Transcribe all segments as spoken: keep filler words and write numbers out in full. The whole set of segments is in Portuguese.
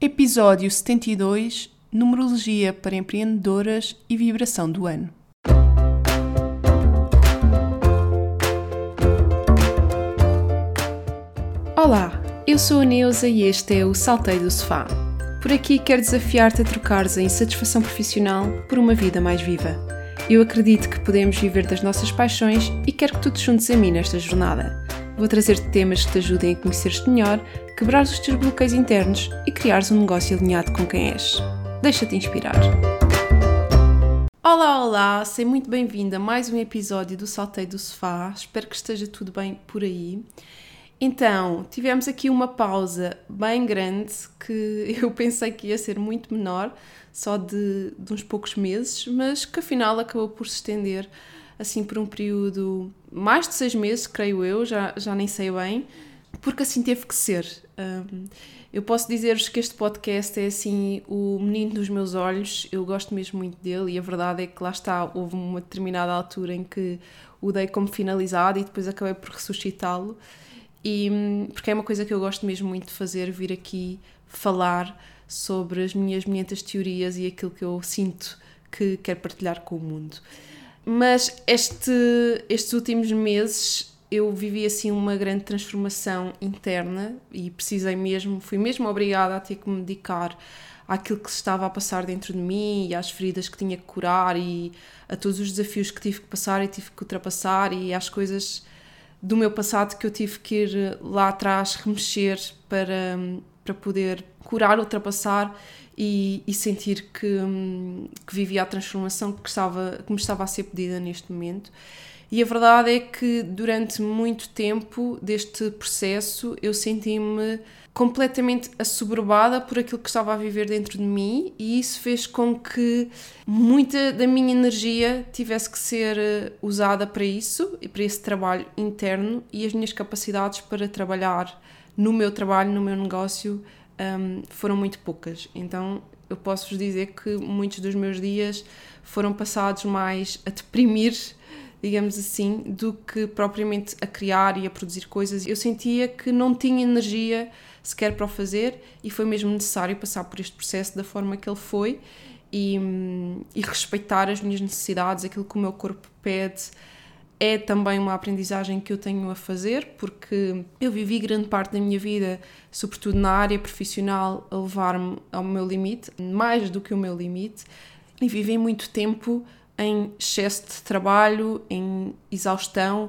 Episódio setenta e dois, Numerologia para empreendedoras e vibração do ano. Olá, eu sou a Neuza e este é o Salteio do Sofá. Por aqui quero desafiar-te a trocares a insatisfação profissional por uma vida mais viva. Eu acredito que podemos viver das nossas paixões e quero que tu te juntes a mim nesta jornada. Vou trazer-te temas que te ajudem a conhecer-te melhor, quebrar os teus bloqueios internos e criares um negócio alinhado com quem és. Deixa-te inspirar. Olá, olá! Seja muito bem-vinda a mais um episódio do Salteio do Sofá. Espero que esteja tudo bem por aí. Então, tivemos aqui uma pausa bem grande que eu pensei que ia ser muito menor, só de, de uns poucos meses, mas que afinal acabou por se estender assim por um período mais de seis meses, creio eu, já, já nem sei bem, porque assim teve que ser. Um, eu posso dizer-vos que este podcast é assim o menino dos meus olhos, eu gosto mesmo muito dele e a verdade é que lá está, houve uma determinada altura em que o dei como finalizado e depois acabei por ressuscitá-lo, e, porque é uma coisa que eu gosto mesmo muito de fazer, vir aqui falar sobre as minhas milhentas teorias e aquilo que eu sinto que quero partilhar com o mundo. Mas este, estes últimos meses eu vivi assim uma grande transformação interna e precisei mesmo, fui mesmo obrigada a ter que me dedicar àquilo que se estava a passar dentro de mim e às feridas que tinha que curar e a todos os desafios que tive que passar e tive que ultrapassar e às coisas do meu passado que eu tive que ir lá atrás remexer para, para poder curar, ultrapassar e, e sentir que, que vivia a transformação que, estava, que me estava a ser pedida neste momento. E a verdade é que durante muito tempo deste processo eu senti-me completamente assoberbada por aquilo que estava a viver dentro de mim e isso fez com que muita da minha energia tivesse que ser usada para isso e para esse trabalho interno e as minhas capacidades para trabalhar no meu trabalho, no meu negócio, um, foram muito poucas. Então eu posso-vos dizer que muitos dos meus dias foram passados mais a deprimir, digamos assim, do que propriamente a criar e a produzir coisas. Eu sentia que não tinha energia sequer para o fazer e foi mesmo necessário passar por este processo da forma que ele foi e, e respeitar as minhas necessidades, aquilo que o meu corpo pede. É também uma aprendizagem que eu tenho a fazer, porque eu vivi grande parte da minha vida, sobretudo na área profissional, a levar-me ao meu limite, mais do que o meu limite, e vivi muito tempo em excesso de trabalho, em exaustão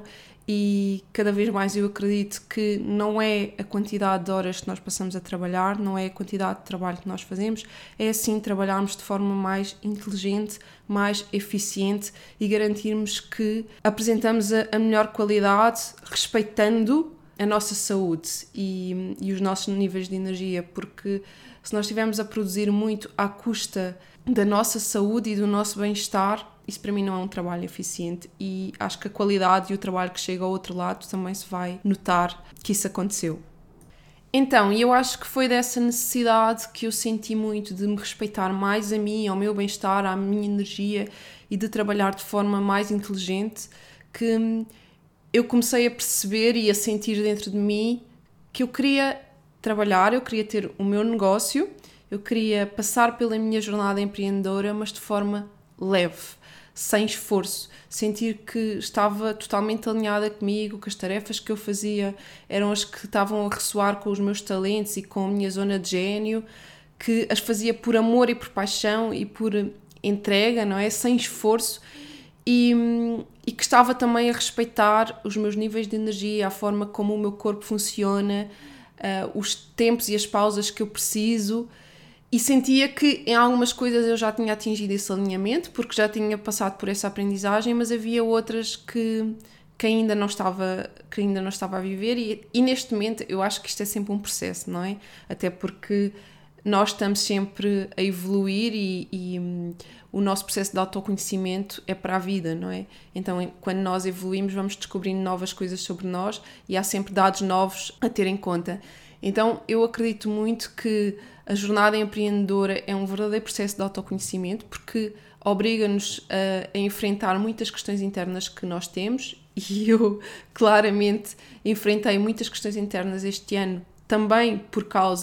e cada vez mais eu acredito que não é a quantidade de horas que nós passamos a trabalhar, não é a quantidade de trabalho que nós fazemos, é assim trabalharmos de forma mais inteligente, mais eficiente e garantirmos que apresentamos a, a melhor qualidade respeitando a nossa saúde e, e os nossos níveis de energia, porque se nós estivermos a produzir muito à custa da nossa saúde e do nosso bem-estar, isso para mim não é um trabalho eficiente e acho que a qualidade e o trabalho que chega ao outro lado também se vai notar que isso aconteceu. Então, eu acho que foi dessa necessidade que eu senti muito de me respeitar mais a mim, ao meu bem-estar, à minha energia e de trabalhar de forma mais inteligente que eu comecei a perceber e a sentir dentro de mim que eu queria trabalhar, eu queria ter o meu negócio, eu queria passar pela minha jornada empreendedora, mas de forma leve, sem esforço, sentir que estava totalmente alinhada comigo, que as tarefas que eu fazia eram as que estavam a ressoar com os meus talentos e com a minha zona de gênio, que as fazia por amor e por paixão e por entrega, não é? Sem esforço e, e que estava também a respeitar os meus níveis de energia, a forma como o meu corpo funciona, uh, os tempos e as pausas que eu preciso. E sentia que em algumas coisas eu já tinha atingido esse alinhamento, porque já tinha passado por essa aprendizagem, mas havia outras que, que, ainda, não estava, que ainda não estava a viver. E, e neste momento eu acho que isto é sempre um processo, não é? Até porque nós estamos sempre a evoluir e, e um, o nosso processo de autoconhecimento é para a vida, não é? Então quando nós evoluímos vamos descobrindo novas coisas sobre nós e há sempre dados novos a ter em conta. Então eu acredito muito que a jornada empreendedora é um verdadeiro processo de autoconhecimento porque obriga-nos a, a enfrentar muitas questões internas que nós temos e eu claramente enfrentei muitas questões internas este ano também por causa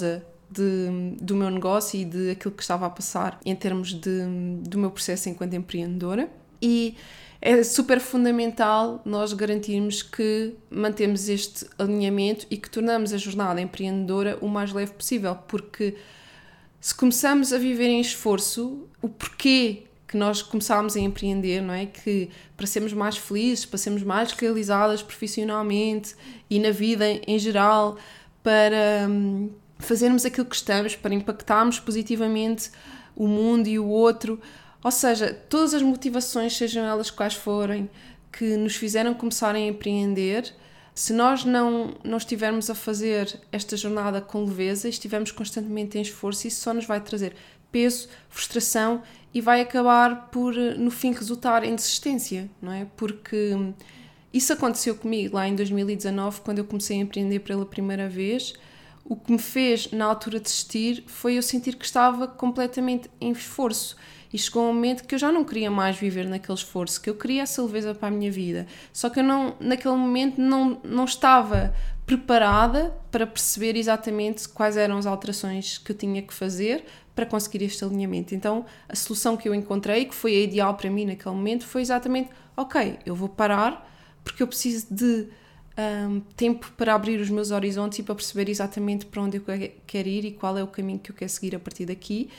de, do meu negócio e de aquilo que estava a passar em termos de, do meu processo enquanto empreendedora. E é super fundamental nós garantirmos que mantemos este alinhamento e que tornamos a jornada empreendedora o mais leve possível, porque se começamos a viver em esforço, o porquê que nós começámos a empreender, não é? Que para sermos mais felizes, para sermos mais realizadas profissionalmente e na vida em geral, para hum, fazermos aquilo que estamos, para impactarmos positivamente o mundo e o outro. Ou seja, todas as motivações, sejam elas quais forem, que nos fizeram começar a empreender, se nós não, não estivermos a fazer esta jornada com leveza e estivermos constantemente em esforço, isso só nos vai trazer peso, frustração e vai acabar por, no fim, resultar em desistência, não é? Porque isso aconteceu comigo lá em dois mil e dezanove, quando eu comecei a empreender pela primeira vez. O que me fez, na altura, desistir foi eu sentir que estava completamente em esforço. E chegou um momento que eu já não queria mais viver naquele esforço, que eu queria essa leveza para a minha vida. Só que eu não, naquele momento não, não estava preparada para perceber exatamente quais eram as alterações que eu tinha que fazer para conseguir este alinhamento. Então, a solução que eu encontrei, que foi a ideal para mim naquele momento, foi exatamente, ok, eu vou parar porque eu preciso de um, tempo para abrir os meus horizontes e para perceber exatamente para onde eu quero ir e qual é o caminho que eu quero seguir a partir daqui.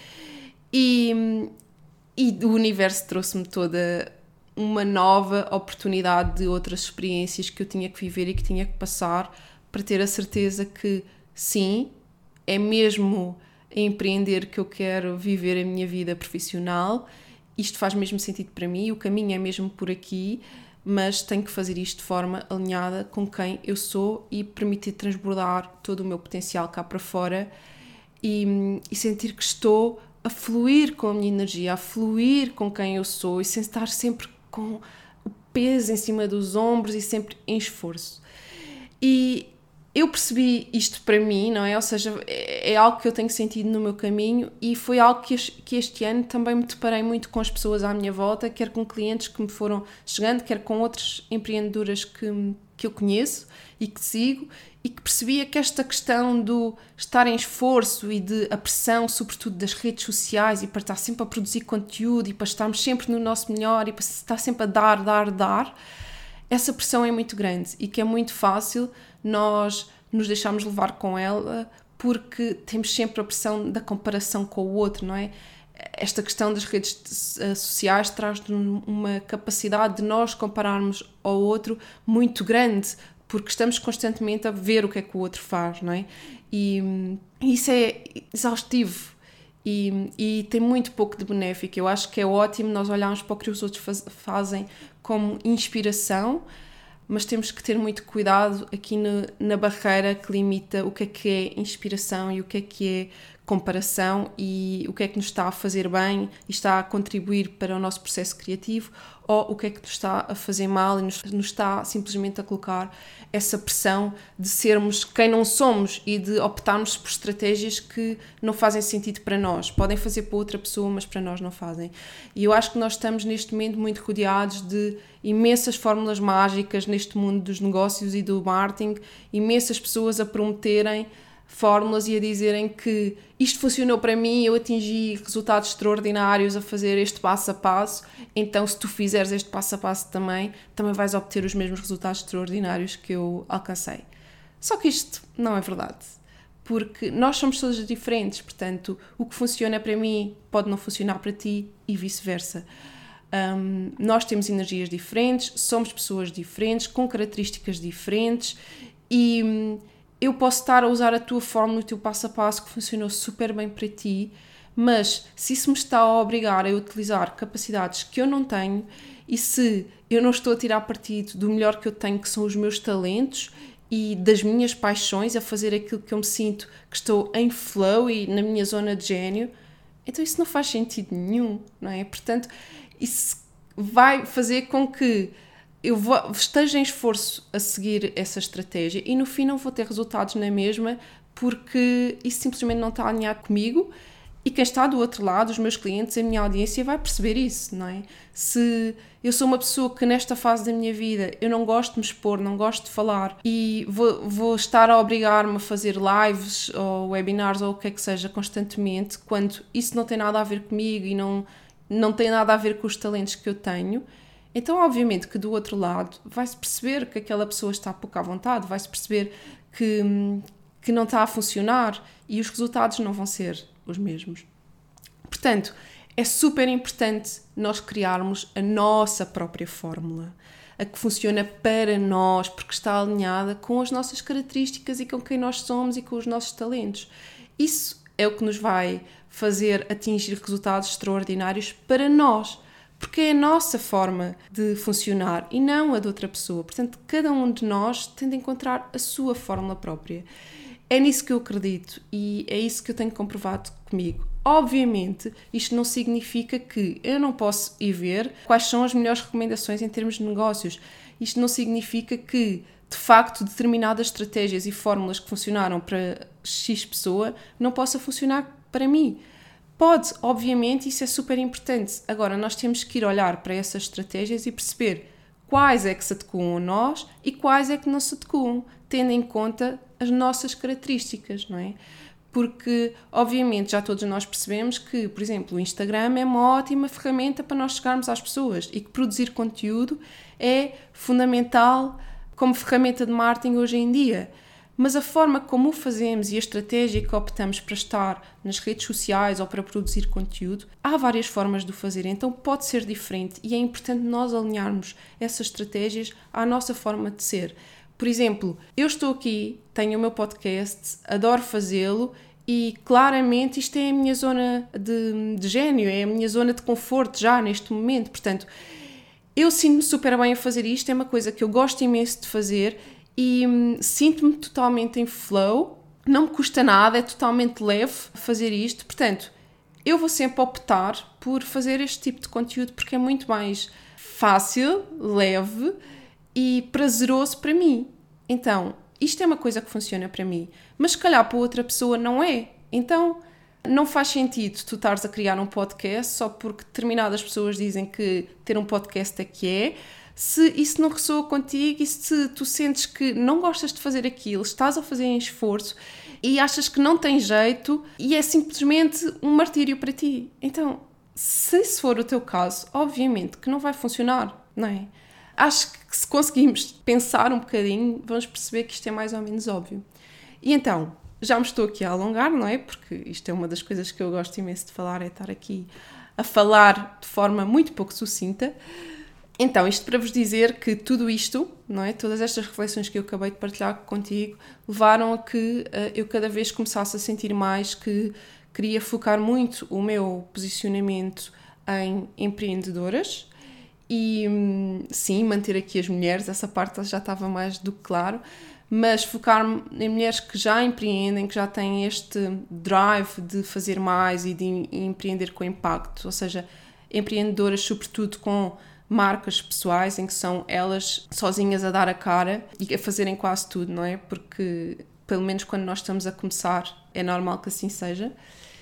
E... E o universo trouxe-me toda uma nova oportunidade de outras experiências que eu tinha que viver e que tinha que passar para ter a certeza que, sim, é mesmo a empreender que eu quero viver a minha vida profissional. Isto faz mesmo sentido para mim, o caminho é mesmo por aqui, mas tenho que fazer isto de forma alinhada com quem eu sou e permitir transbordar todo o meu potencial cá para fora e, e sentir que estou a fluir com a minha energia, a fluir com quem eu sou e sem estar sempre com o peso em cima dos ombros e sempre em esforço. E eu percebi isto para mim, não é? Ou seja, é algo que eu tenho sentido no meu caminho e foi algo que este ano também me deparei muito com as pessoas à minha volta, quer com clientes que me foram chegando, quer com outras empreendedoras que, que eu conheço e que sigo, e que percebia que esta questão do estar em esforço e de a pressão, sobretudo das redes sociais, e para estar sempre a produzir conteúdo e para estarmos sempre no nosso melhor e para estar sempre a dar, dar, dar, essa pressão é muito grande e que é muito fácil nós nos deixarmos levar com ela porque temos sempre a pressão da comparação com o outro, não é? Esta questão das redes sociais traz-nos uma capacidade de nós compararmos ao outro muito grande, porque estamos constantemente a ver o que é que o outro faz, não é? E, e isso é exaustivo e, e tem muito pouco de benéfico. Eu acho que é ótimo nós olharmos para o que os outros faz, fazem como inspiração, mas temos que ter muito cuidado aqui no, na barreira que limita o que é que é inspiração e o que é que é comparação e o que é que nos está a fazer bem e está a contribuir para o nosso processo criativo, ou o que é que nos está a fazer mal e nos, nos está simplesmente a colocar essa pressão de sermos quem não somos e de optarmos por estratégias que não fazem sentido para nós. Podem fazer para outra pessoa, mas para nós não fazem. E eu acho que nós estamos neste momento muito rodeados de imensas fórmulas mágicas neste mundo dos negócios e do marketing, imensas pessoas a prometerem fórmulas e a dizerem que isto funcionou para mim, eu atingi resultados extraordinários a fazer este passo a passo, então se tu fizeres este passo a passo também, também vais obter os mesmos resultados extraordinários que eu alcancei. Só que isto não é verdade, porque nós somos todos diferentes, portanto, o que funciona para mim pode não funcionar para ti e vice-versa. Um, nós temos energias diferentes, somos pessoas diferentes, com características diferentes e eu posso estar a usar a tua fórmula, o teu passo a passo que funcionou super bem para ti, mas se isso me está a obrigar a utilizar capacidades que eu não tenho e se eu não estou a tirar partido do melhor que eu tenho, que são os meus talentos e das minhas paixões, a fazer aquilo que eu me sinto que estou em flow e na minha zona de gênio, então isso não faz sentido nenhum, não é? Portanto, isso vai fazer com que eu vou, esteja em esforço a seguir essa estratégia e no fim não vou ter resultados na mesma porque isso simplesmente não está alinhado comigo E quem está do outro lado, os meus clientes, a minha audiência, vai perceber isso, não é? Se eu sou uma pessoa que nesta fase da minha vida eu não gosto de me expor, não gosto de falar e vou, vou estar a obrigar-me a fazer lives ou webinars ou o que é que seja constantemente, quando isso não tem nada a ver comigo e não, não tem nada a ver com os talentos que eu tenho, então obviamente que do outro lado vai-se perceber que aquela pessoa está pouco à vontade, vai-se perceber que, que não está a funcionar e os resultados não vão ser os mesmos. Portanto, é super importante nós criarmos a nossa própria fórmula, a que funciona para nós, porque está alinhada com as nossas características e com quem nós somos e com os nossos talentos. Isso é o que nos vai fazer atingir resultados extraordinários para nós, porque é a nossa forma de funcionar e não a de outra pessoa. Portanto, cada um de nós tem de encontrar a sua fórmula própria. É nisso que eu acredito e é isso que eu tenho comprovado comigo. Obviamente, isto não significa que eu não posso ir ver quais são as melhores recomendações em termos de negócios. Isto não significa que, de facto, determinadas estratégias e fórmulas que funcionaram para X pessoa não possa funcionar para mim. Pode, obviamente, isso é super importante. Agora, nós temos que ir olhar para essas estratégias e perceber quais é que se adequam a nós e quais é que não se adequam, tendo em conta as nossas características, não é? Porque, obviamente, já todos nós percebemos que, por exemplo, o Instagram é uma ótima ferramenta para nós chegarmos às pessoas e que produzir conteúdo é fundamental como ferramenta de marketing hoje em dia. Mas a forma como o fazemos e a estratégia que optamos para estar nas redes sociais ou para produzir conteúdo, há várias formas de o fazer, então pode ser diferente e é importante nós alinharmos essas estratégias à nossa forma de ser. Por exemplo, eu estou aqui, tenho o meu podcast, adoro fazê-lo e claramente isto é a minha zona de, de gênio, é a minha zona de conforto já neste momento. Portanto, eu sinto-me super bem a fazer isto, é uma coisa que eu gosto imenso de fazer e hum, sinto-me totalmente em flow, não me custa nada, é totalmente leve fazer isto. Portanto, eu vou sempre optar por fazer este tipo de conteúdo porque é muito mais fácil, leve e prazeroso para mim. Então, isto é uma coisa que funciona para mim, mas se calhar para outra pessoa não é. Então, não faz sentido tu estares a criar um podcast só porque determinadas pessoas dizem que ter um podcast é que é. Se isso não ressoa contigo e se tu sentes que não gostas de fazer aquilo, estás a fazer em esforço e achas que não tem jeito e é simplesmente um martírio para ti. Então, se esse for o teu caso, obviamente que não vai funcionar, não é? Acho que se conseguimos pensar um bocadinho, vamos perceber que isto é mais ou menos óbvio. E então, já me estou aqui a alongar, não é? Porque isto é uma das coisas que eu gosto imenso de falar, é estar aqui a falar de forma muito pouco sucinta. Então, isto para vos dizer que tudo isto, não é? Todas estas reflexões que eu acabei de partilhar contigo, levaram a que uh, eu cada vez começasse a sentir mais que queria focar muito o meu posicionamento em empreendedoras. E sim, manter aqui as mulheres, essa parte já estava mais do que claro, mas focar-me em mulheres que já empreendem, que já têm este drive de fazer mais e de empreender com impacto, ou seja, empreendedoras sobretudo com marcas pessoais, em que são elas sozinhas a dar a cara e a fazerem quase tudo, não é? Porque, pelo menos quando nós estamos a começar, é normal que assim seja.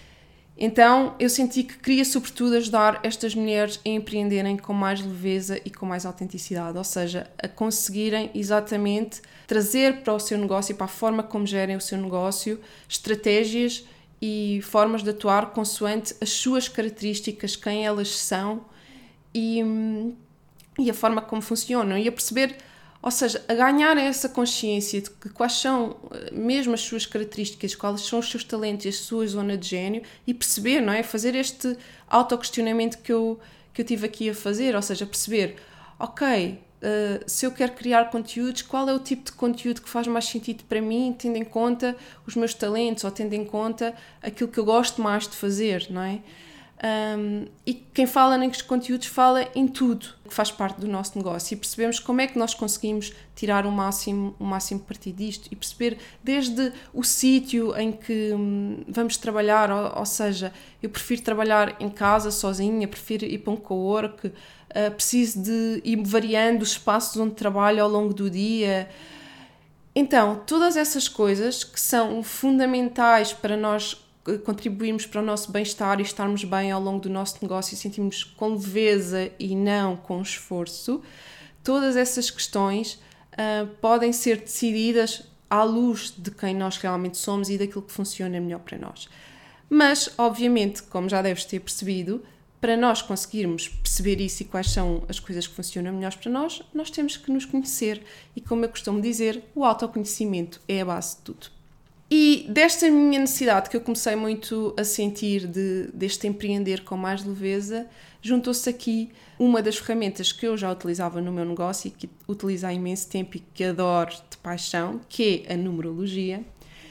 Então, eu senti que queria, sobretudo, ajudar estas mulheres a empreenderem com mais leveza e com mais autenticidade, ou seja, a conseguirem exatamente trazer para o seu negócio e para a forma como gerem o seu negócio estratégias e formas de atuar consoante as suas características, quem elas são e, e a forma como funcionam, e a perceber, ou seja, a ganhar essa consciência de que quais são mesmo as suas características, quais são os seus talentos e a sua zona de gênio, e perceber, não é? Fazer este autoquestionamento que eu, que eu tive aqui a fazer, ou seja, perceber, ok, uh, se eu quero criar conteúdos, qual é o tipo de conteúdo que faz mais sentido para mim, tendo em conta os meus talentos, ou tendo em conta aquilo que eu gosto mais de fazer, não é? Um, e quem fala nestes conteúdos fala em tudo que faz parte do nosso negócio, e percebemos como é que nós conseguimos tirar o máximo, o máximo partido disto, e perceber desde o sítio em que hum, vamos trabalhar, ou, ou seja, eu prefiro trabalhar em casa sozinha, prefiro ir para um cowork, uh, preciso de ir variando os espaços onde trabalho ao longo do dia. Então, todas essas coisas que são fundamentais para nós contribuirmos para o nosso bem-estar e estarmos bem ao longo do nosso negócio e sentirmos com leveza e não com esforço, todas essas questões uh, podem ser decididas à luz de quem nós realmente somos e daquilo que funciona melhor para nós. Mas, obviamente, como já deves ter percebido, para nós conseguirmos perceber isso e quais são as coisas que funcionam melhores para nós, nós temos que nos conhecer. E como eu costumo dizer, o autoconhecimento é a base de tudo. E desta minha necessidade que eu comecei muito a sentir de, deste empreender com mais leveza, juntou-se aqui uma das ferramentas que eu já utilizava no meu negócio e que utilizo há imenso tempo e que adoro de paixão, que é a numerologia.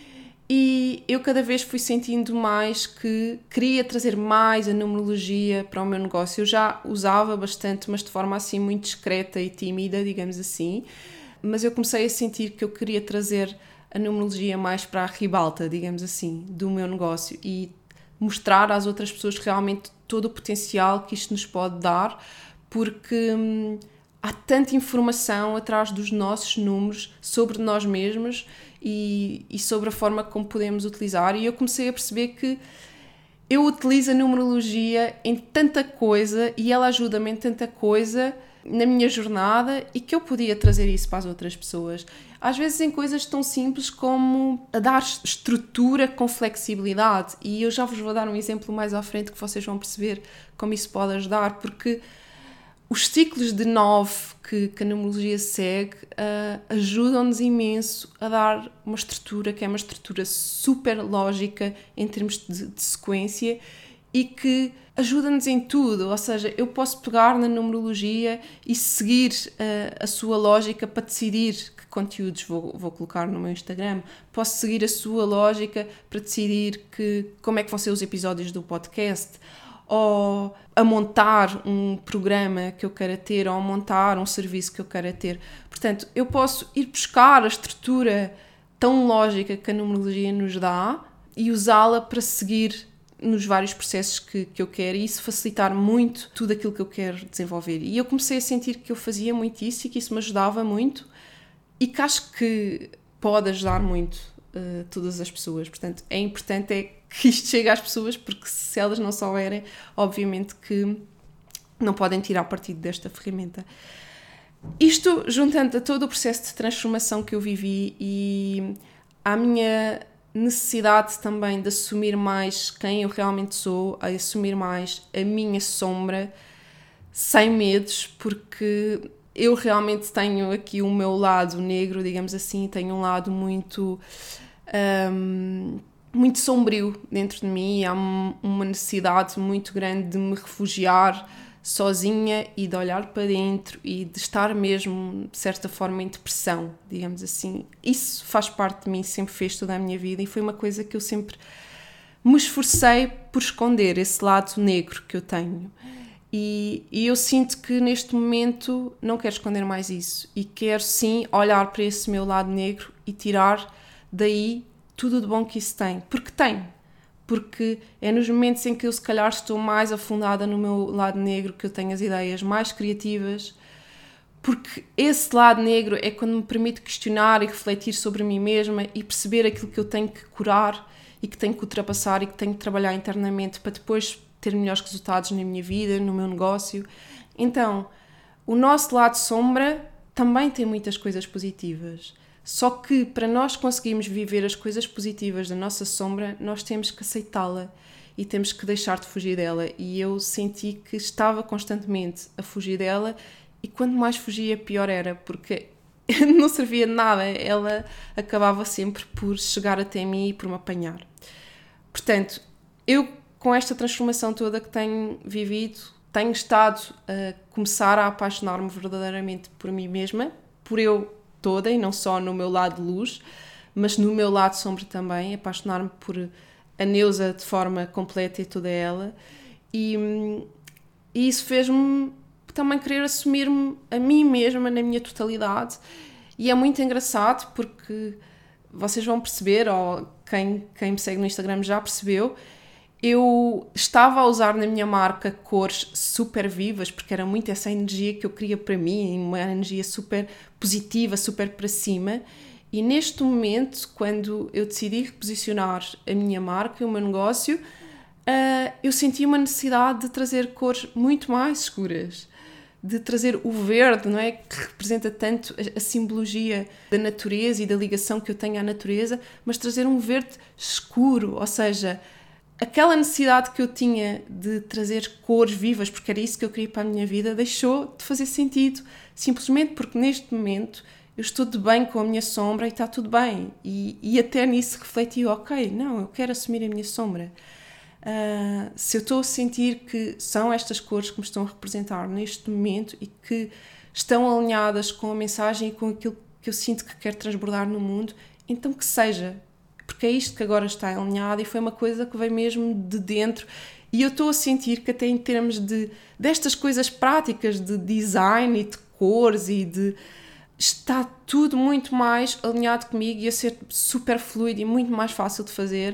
E eu cada vez fui sentindo mais que queria trazer mais a numerologia para o meu negócio. Eu já usava bastante, mas de forma assim muito discreta e tímida, digamos assim. Mas eu comecei a sentir que eu queria trazer a numerologia mais para a ribalta, digamos assim, do meu negócio e mostrar às outras pessoas realmente todo o potencial que isto nos pode dar, porque hum, há tanta informação atrás dos nossos números sobre nós mesmos e, e sobre a forma como podemos utilizar, e eu comecei a perceber que eu utilizo a numerologia em tanta coisa e ela ajuda-me em tanta coisa na minha jornada e que eu podia trazer isso para as outras pessoas. Às vezes em coisas tão simples como a dar estrutura com flexibilidade, e eu já vos vou dar um exemplo mais à frente que vocês vão perceber como isso pode ajudar, porque os ciclos de nove que, que a numerologia segue uh, ajudam-nos imenso a dar uma estrutura que é uma estrutura super lógica em termos de, de sequência e que ajuda-nos em tudo. Ou seja, eu posso pegar na numerologia e seguir uh, a sua lógica para decidir que conteúdos vou, vou colocar no meu Instagram. Posso seguir a sua lógica para decidir que, como é que vão ser os episódios do podcast, ou a montar um programa que eu queira ter, ou a montar um serviço que eu queira ter. Portanto, eu posso ir buscar a estrutura tão lógica que a numerologia nos dá e usá-la para seguir nos vários processos que, que eu quero, e isso facilitar muito tudo aquilo que eu quero desenvolver. E eu comecei a sentir que eu fazia muito isso e que isso me ajudava muito e que acho que pode ajudar muito uh, todas as pessoas. Portanto, é importante é que isto chegue às pessoas, porque se elas não souberem, obviamente que não podem tirar partido desta ferramenta. Isto juntando a todo o processo de transformação que eu vivi e à minha necessidade também de assumir mais quem eu realmente sou, a assumir mais a minha sombra, sem medos, porque eu realmente tenho aqui o meu lado negro, digamos assim, tenho um lado muito... Um, muito sombrio dentro de mim, há uma necessidade muito grande de me refugiar sozinha e de olhar para dentro e de estar mesmo, de certa forma, em depressão, digamos assim. Isso faz parte de mim, sempre fez toda a minha vida e foi uma coisa que eu sempre me esforcei por esconder, esse lado negro que eu tenho. E, e eu sinto que neste momento não quero esconder mais isso e quero sim olhar para esse meu lado negro e tirar daí tudo de bom que isso tem, porque tem, porque é nos momentos em que eu se calhar estou mais afundada no meu lado negro que eu tenho as ideias mais criativas, porque esse lado negro é quando me permite questionar e refletir sobre mim mesma e perceber aquilo que eu tenho que curar e que tenho que ultrapassar e que tenho que trabalhar internamente para depois ter melhores resultados na minha vida, no meu negócio. Então, o nosso lado sombra também tem muitas coisas positivas. Só que para nós conseguirmos viver as coisas positivas da nossa sombra, nós temos que aceitá-la e temos que deixar de fugir dela. E eu senti que estava constantemente a fugir dela e quanto mais fugia, pior era, porque não servia de nada. Ela acabava sempre por chegar até mim e por me apanhar. Portanto, eu com esta transformação toda que tenho vivido, tenho estado a começar a apaixonar-me verdadeiramente por mim mesma, por eu toda e não só no meu lado de luz, mas no meu lado sombra também, apaixonar-me por a Neusa de forma completa e toda ela, e, e isso fez-me também querer assumir-me a mim mesma na minha totalidade, e é muito engraçado porque vocês vão perceber, ou quem, quem me segue no Instagram já percebeu, eu estava a usar na minha marca cores super vivas, porque era muito essa energia que eu queria para mim, uma energia super positiva, super para cima, E neste momento, quando eu decidi reposicionar a minha marca, o meu negócio, uh, eu senti uma necessidade de trazer cores muito mais escuras, de trazer o verde, não é? Que representa tanto a, a simbologia da natureza e da ligação que eu tenho à natureza, mas trazer um verde escuro, ou seja, aquela necessidade que eu tinha de trazer cores vivas, porque era isso que eu queria para a minha vida, deixou de fazer sentido, simplesmente porque neste momento eu estou de bem com a minha sombra e está tudo bem. E, e até nisso refleti, ok, não, eu quero assumir a minha sombra. Uh, se eu estou a sentir que são estas cores que me estão a representar neste momento e que estão alinhadas com a mensagem e com aquilo que eu sinto que quero transbordar no mundo, então que seja, porque é isto que agora está alinhado e foi uma coisa que veio mesmo de dentro. E eu estou a sentir que até em termos de, destas coisas práticas de design e de cores e de... está tudo muito mais alinhado comigo e a ser super fluido e muito mais fácil de fazer.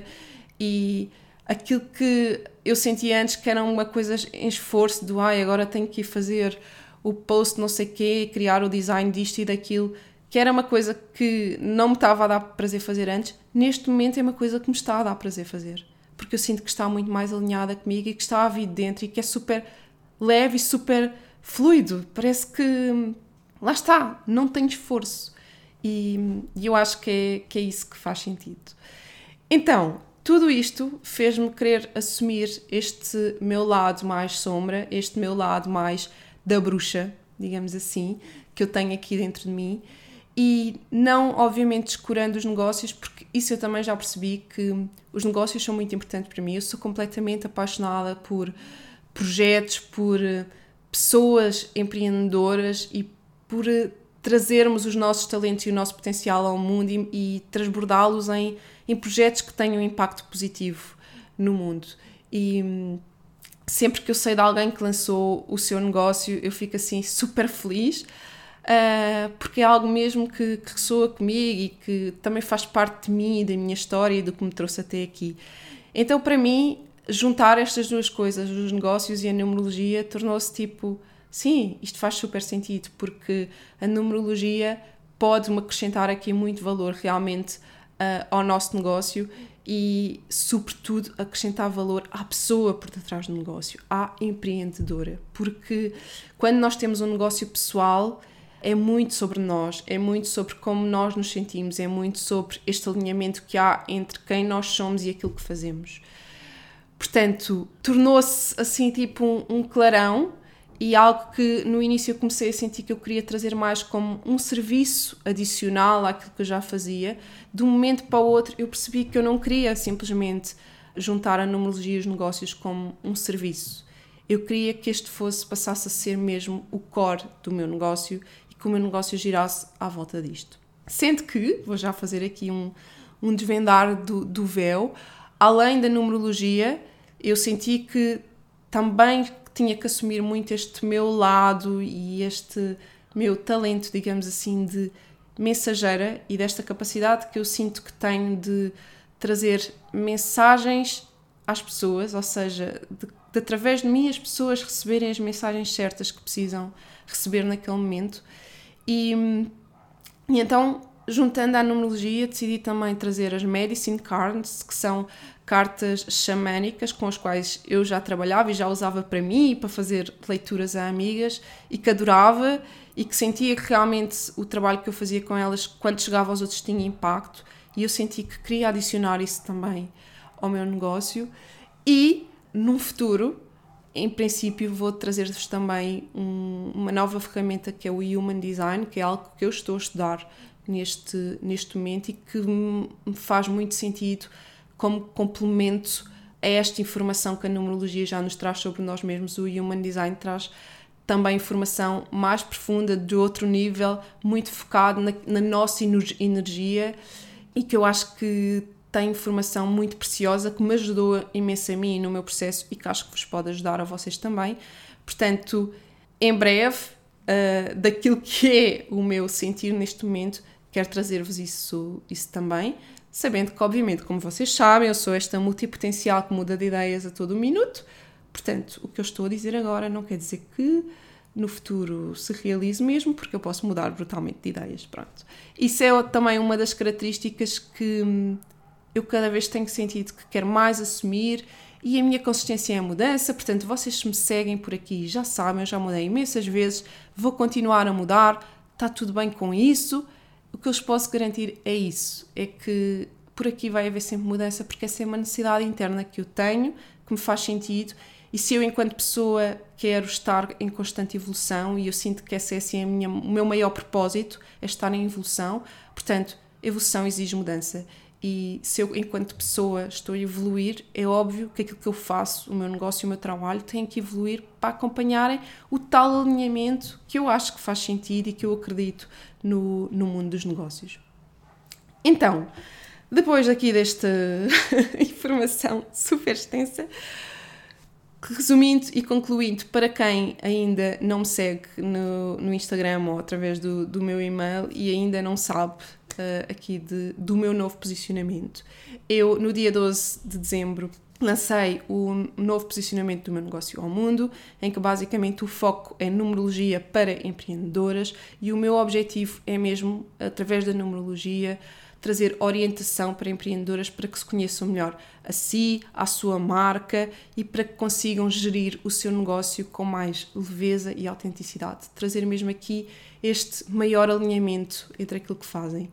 E aquilo que eu sentia antes que era uma coisa em esforço do ai, agora tenho que ir fazer o post não sei quê, criar o design disto e daquilo, que era uma coisa que não me estava a dar prazer fazer antes, neste momento é uma coisa que me está a dar prazer fazer, porque eu sinto que está muito mais alinhada comigo e que está a vir dentro e que é super leve e super fluido, parece que lá está, não tem esforço e, e eu acho que é, que é isso que faz sentido. Então, tudo isto fez-me querer assumir este meu lado mais sombra, este meu lado mais da bruxa, digamos assim, que eu tenho aqui dentro de mim e não, obviamente, descurando os negócios, porque isso eu também já percebi que os negócios são muito importantes para mim. Eu sou completamente apaixonada por projetos, por pessoas empreendedoras e por trazermos os nossos talentos e o nosso potencial ao mundo e, e transbordá-los em, em projetos que tenham impacto positivo no mundo. E sempre que eu sei de alguém que lançou o seu negócio, eu fico assim super feliz, uh, porque é algo mesmo que, que ressoa comigo e que também faz parte de mim e da minha história e do que me trouxe até aqui. Então, para mim, juntar estas duas coisas, os negócios e a numerologia, tornou-se tipo... Sim, isto faz super sentido, porque a numerologia pode-me acrescentar aqui muito valor realmente uh, ao nosso negócio e, sobretudo, acrescentar valor à pessoa por detrás do negócio, à empreendedora. Porque quando nós temos um negócio pessoal, é muito sobre nós, é muito sobre como nós nos sentimos, é muito sobre este alinhamento que há entre quem nós somos e aquilo que fazemos. Portanto, tornou-se assim tipo um, um clarão. E algo que no início eu comecei a sentir que eu queria trazer mais como um serviço adicional àquilo que eu já fazia. De um momento para o outro eu percebi que eu não queria simplesmente juntar a numerologia e os negócios como um serviço. Eu queria que este fosse, passasse a ser mesmo o core do meu negócio e que o meu negócio girasse à volta disto. Sendo que, vou já fazer aqui um, um desvendar do, do véu, além da numerologia, eu senti que também tinha que assumir muito este meu lado e este meu talento, digamos assim, de mensageira e desta capacidade que eu sinto que tenho de trazer mensagens às pessoas, ou seja, de, de através de mim as pessoas receberem as mensagens certas que precisam receber naquele momento. E, e então, juntando à numerologia, decidi também trazer as Medicine Cards, que são cartas xamânicas com as quais eu já trabalhava e já usava para mim e para fazer leituras a amigas e que adorava e que sentia que realmente o trabalho que eu fazia com elas quando chegava aos outros tinha impacto e eu senti que queria adicionar isso também ao meu negócio e num futuro, em princípio, vou trazer-vos também um, uma nova ferramenta que é o Human Design, que é algo que eu estou a estudar neste, neste momento e que me faz muito sentido como complemento a esta informação que a numerologia já nos traz sobre nós mesmos. O Human Design traz também informação mais profunda, de outro nível, muito focado na, na nossa energia e que eu acho que tem informação muito preciosa que me ajudou imenso a mim no meu processo e que acho que vos pode ajudar a vocês também. Portanto, em breve, uh, daquilo que é o meu sentir neste momento, quero trazer-vos isso, isso também. Sabendo que, obviamente, como vocês sabem, eu sou esta multipotencial que muda de ideias a todo minuto. Portanto, o que eu estou a dizer agora não quer dizer que no futuro se realize mesmo, porque eu posso mudar brutalmente de ideias, pronto. Isso é também uma das características que eu cada vez tenho sentido que quero mais assumir, e a minha consistência é a mudança. Portanto, vocês que me seguem por aqui já sabem, eu já mudei imensas vezes, vou continuar a mudar, está tudo bem com isso. O que eu vos posso garantir é isso, é que por aqui vai haver sempre mudança, porque essa é uma necessidade interna que eu tenho, que me faz sentido. E se eu, enquanto pessoa, quero estar em constante evolução, e eu sinto que esse é assim, a minha, o meu maior propósito, é estar em evolução, portanto, evolução exige mudança. E se eu, enquanto pessoa, estou a evoluir, é óbvio que aquilo que eu faço, o meu negócio e o meu trabalho, tem que evoluir para acompanharem o tal alinhamento que eu acho que faz sentido e que eu acredito no, no mundo dos negócios. Então, depois aqui desta informação super extensa, resumindo e concluindo, para quem ainda não me segue no, no Instagram ou através do, do meu e-mail e ainda não sabe uh, aqui de, do meu novo posicionamento, eu no dia doze de dezembro lancei o novo posicionamento do meu negócio ao mundo, em que basicamente o foco é numerologia para empreendedoras, e o meu objetivo é mesmo, através da numerologia, trazer orientação para empreendedoras para que se conheçam melhor a si, a sua marca, e para que consigam gerir o seu negócio com mais leveza e autenticidade. Trazer mesmo aqui este maior alinhamento entre aquilo que fazem.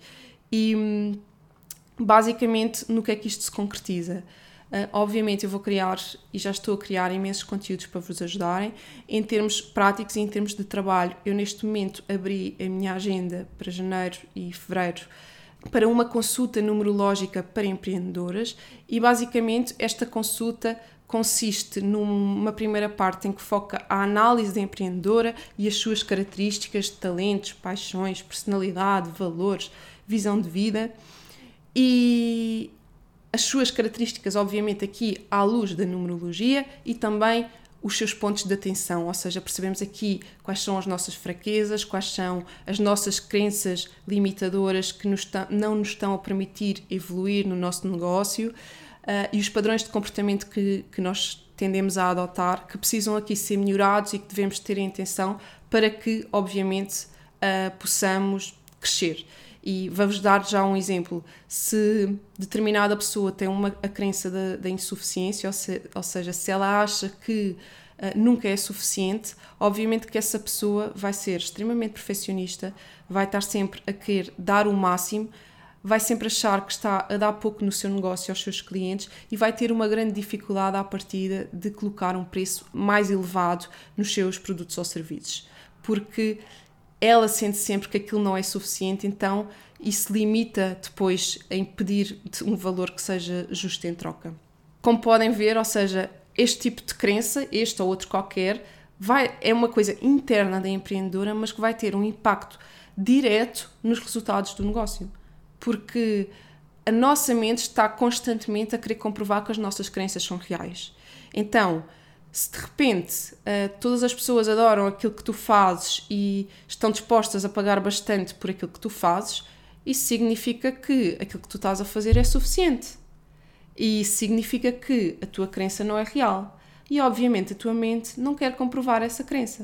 E basicamente, no que é que isto se concretiza? Uh, obviamente eu vou criar, e já estou a criar imensos conteúdos para vos ajudarem, em termos práticos e em termos de trabalho. Eu neste momento abri a minha agenda para janeiro e fevereiro para uma consulta numerológica para empreendedoras, e basicamente esta consulta consiste numa primeira parte em que foca a análise da empreendedora e as suas características, talentos, paixões, personalidade, valores, visão de vida, e as suas características, obviamente, aqui à luz da numerologia, e também os seus pontos de atenção, ou seja, percebemos aqui quais são as nossas fraquezas, quais são as nossas crenças limitadoras que nos não nos estão a permitir evoluir no nosso negócio, uh, e os padrões de comportamento que, que nós tendemos a adotar, que precisam aqui ser melhorados e que devemos ter em atenção para que, obviamente, uh, possamos crescer. E vou-vos dar já um exemplo. Se determinada pessoa tem uma, a crença da, da insuficiência, ou, se, ou seja, se ela acha que uh, nunca é suficiente, obviamente que essa pessoa vai ser extremamente perfeccionista, vai estar sempre a querer dar o máximo, vai sempre achar que está a dar pouco no seu negócio aos seus clientes, e vai ter uma grande dificuldade à partida de colocar um preço mais elevado nos seus produtos ou serviços, porque ela sente sempre que aquilo não é suficiente, então isso limita depois em pedir um valor que seja justo em troca. Como podem ver, ou seja, este tipo de crença, este ou outro qualquer, vai, é uma coisa interna da empreendedora, mas que vai ter um impacto direto nos resultados do negócio, porque a nossa mente está constantemente a querer comprovar que as nossas crenças são reais. Então, se de repente uh, todas as pessoas adoram aquilo que tu fazes e estão dispostas a pagar bastante por aquilo que tu fazes, isso significa que aquilo que tu estás a fazer é suficiente. E isso significa que a tua crença não é real. E obviamente a tua mente não quer comprovar essa crença.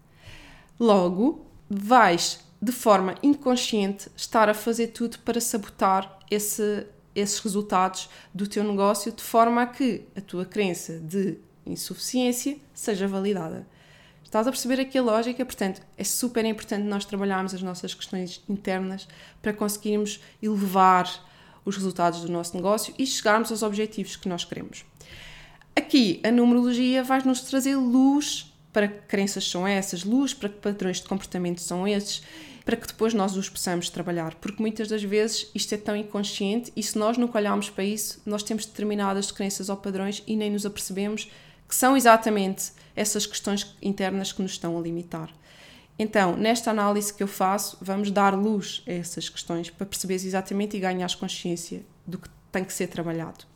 Logo, vais, de forma inconsciente, estar a fazer tudo para sabotar esse, esses resultados do teu negócio, de forma a que a tua crença de insuficiência seja validada. Estás a perceber aqui a lógica? Portanto, é super importante nós trabalharmos as nossas questões internas para conseguirmos elevar os resultados do nosso negócio e chegarmos aos objetivos que nós queremos. Aqui, a numerologia vai-nos trazer luz para que crenças são essas, luz para que padrões de comportamento são esses, para que depois nós os possamos trabalhar, porque muitas das vezes isto é tão inconsciente, e se nós nunca olharmos para isso, nós temos determinadas crenças ou padrões e nem nos apercebemos que são exatamente essas questões internas que nos estão a limitar. Então, nesta análise que eu faço, vamos dar luz a essas questões para perceberes exatamente e ganhares consciência do que tem que ser trabalhado.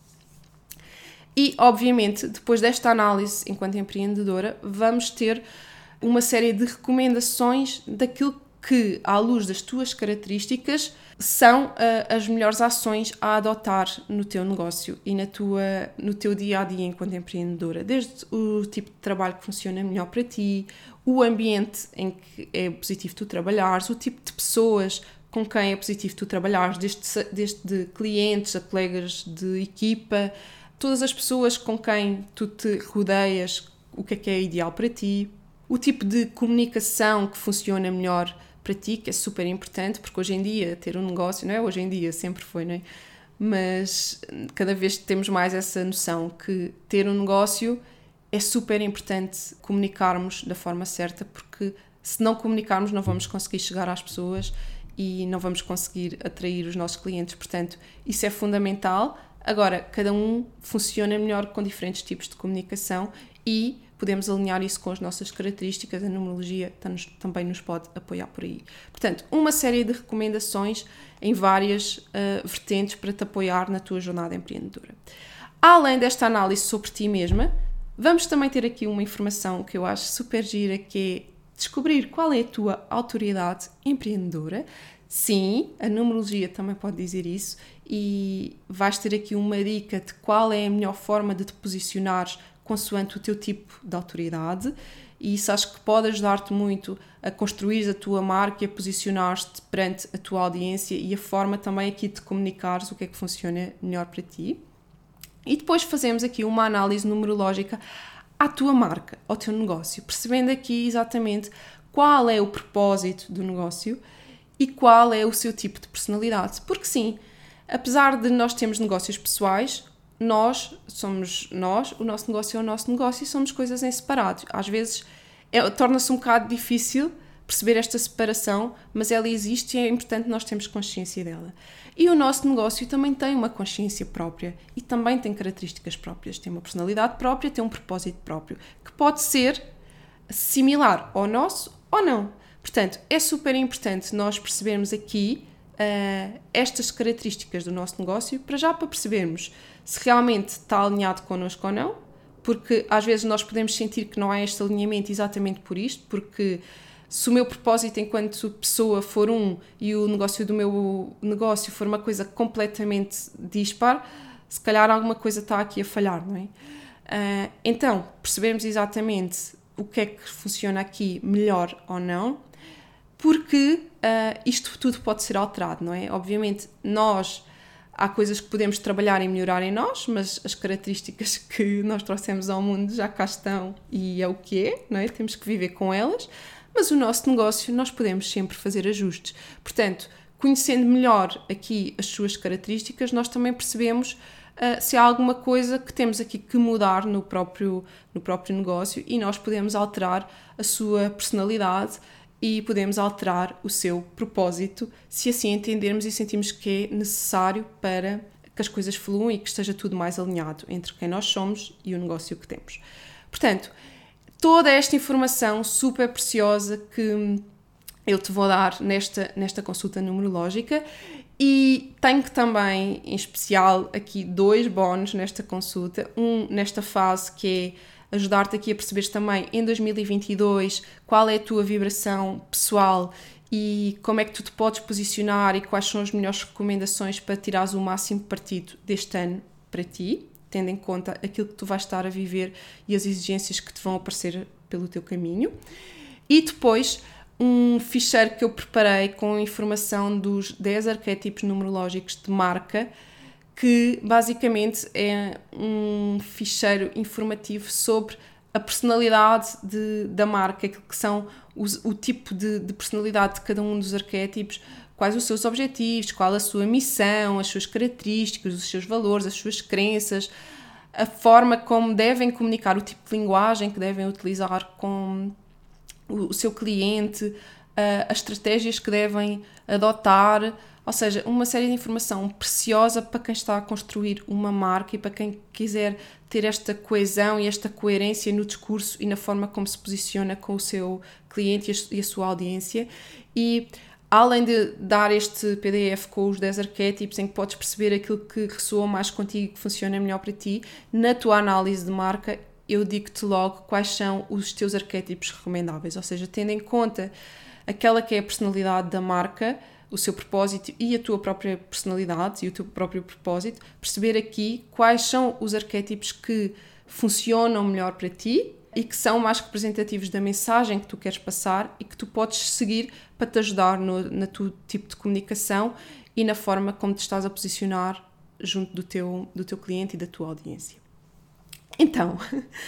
E, obviamente, depois desta análise, enquanto empreendedora, vamos ter uma série de recomendações daquilo que, à luz das tuas características, são uh, as melhores ações a adotar no teu negócio e na tua, no teu dia-a-dia enquanto empreendedora. Desde o tipo de trabalho que funciona melhor para ti, o ambiente em que é positivo tu trabalhares, o tipo de pessoas com quem é positivo tu trabalhares, desde, desde clientes a colegas de equipa, todas as pessoas com quem tu te rodeias, o que é que é ideal para ti, o tipo de comunicação que funciona melhor para ti, que é super importante, porque hoje em dia ter um negócio, não é hoje em dia, sempre foi, não é? Mas cada vez temos mais essa noção que ter um negócio é super importante comunicarmos da forma certa, porque se não comunicarmos não vamos conseguir chegar às pessoas e não vamos conseguir atrair os nossos clientes, portanto isso é fundamental. Agora, cada um funciona melhor com diferentes tipos de comunicação e podemos alinhar isso com as nossas características, a numerologia também nos pode apoiar por aí. Portanto, uma série de recomendações em várias uh, vertentes para te apoiar na tua jornada empreendedora. Além desta análise sobre ti mesma, vamos também ter aqui uma informação que eu acho super gira, que é descobrir qual é a tua autoridade empreendedora. Sim, a numerologia também pode dizer isso e vais ter aqui uma dica de qual é a melhor forma de te posicionares consoante o teu tipo de autoridade, e isso acho que pode ajudar-te muito a construir a tua marca e a posicionar-te perante a tua audiência e a forma também aqui de comunicares o que é que funciona melhor para ti. E depois fazemos aqui uma análise numerológica à tua marca, ao teu negócio, percebendo aqui exatamente qual é o propósito do negócio e qual é o seu tipo de personalidade. Porque sim, apesar de nós termos negócios pessoais, nós somos nós, o nosso negócio é o nosso negócio e somos coisas em separado. Às vezes é, torna-se um bocado difícil perceber esta separação, mas ela existe e é importante nós termos consciência dela. E o nosso negócio também tem uma consciência própria e também tem características próprias, tem uma personalidade própria, tem um propósito próprio, que pode ser similar ao nosso ou não. Portanto, é super importante nós percebermos aqui uh, estas características do nosso negócio, para já para percebermos se realmente está alinhado connosco ou não, porque às vezes nós podemos sentir que não há este alinhamento exatamente por isto, porque se o meu propósito enquanto pessoa for um e o negócio do meu negócio for uma coisa completamente dispar, se calhar alguma coisa está aqui a falhar, não é? Uh, então, percebermos exatamente o que é que funciona aqui melhor ou não, porque uh, isto tudo pode ser alterado, não é? Obviamente, nós, há coisas que podemos trabalhar e melhorar em nós, mas as características que nós trouxemos ao mundo já cá estão e é o que é, não é? Temos que viver com elas, mas o nosso negócio nós podemos sempre fazer ajustes. Portanto, conhecendo melhor aqui as suas características, nós também percebemos uh, se há alguma coisa que temos aqui que mudar no próprio, no próprio negócio e nós podemos alterar a sua personalidade e podemos alterar o seu propósito, se assim entendermos e sentimos que é necessário para que as coisas fluam e que esteja tudo mais alinhado entre quem nós somos e o negócio que temos. Portanto, toda esta informação super preciosa que eu te vou dar nesta, nesta consulta numerológica, e tenho também, em especial, aqui dois bónus nesta consulta, um nesta fase que é ajudar-te aqui a perceberes também em dois mil e vinte e dois qual é a tua vibração pessoal e como é que tu te podes posicionar e quais são as melhores recomendações para tirares o máximo partido deste ano para ti, tendo em conta aquilo que tu vais estar a viver e as exigências que te vão aparecer pelo teu caminho. E depois um ficheiro que eu preparei com informação dos dez arquétipos numerológicos de marca, que basicamente é um ficheiro informativo sobre a personalidade de, da marca, aquilo que são os, o tipo de, de personalidade de cada um dos arquétipos, quais os seus objetivos, qual a sua missão, as suas características, os seus valores, as suas crenças, a forma como devem comunicar, o tipo de linguagem que devem utilizar com o, o seu cliente, uh, as estratégias que devem adotar. Ou seja, uma série de informação preciosa para quem está a construir uma marca e para quem quiser ter esta coesão e esta coerência no discurso e na forma como se posiciona com o seu cliente e a sua audiência. E além de dar este P D F com os dez arquétipos em que podes perceber aquilo que ressoa mais contigo e que funciona melhor para ti, na tua análise de marca eu digo-te logo quais são os teus arquétipos recomendáveis. Ou seja, tendo em conta aquela que é a personalidade da marca, o seu propósito e a tua própria personalidade e o teu próprio propósito, perceber aqui quais são os arquétipos que funcionam melhor para ti e que são mais representativos da mensagem que tu queres passar e que tu podes seguir para te ajudar no, no teu tipo de comunicação e na forma como te estás a posicionar junto do teu, do teu cliente e da tua audiência. Então,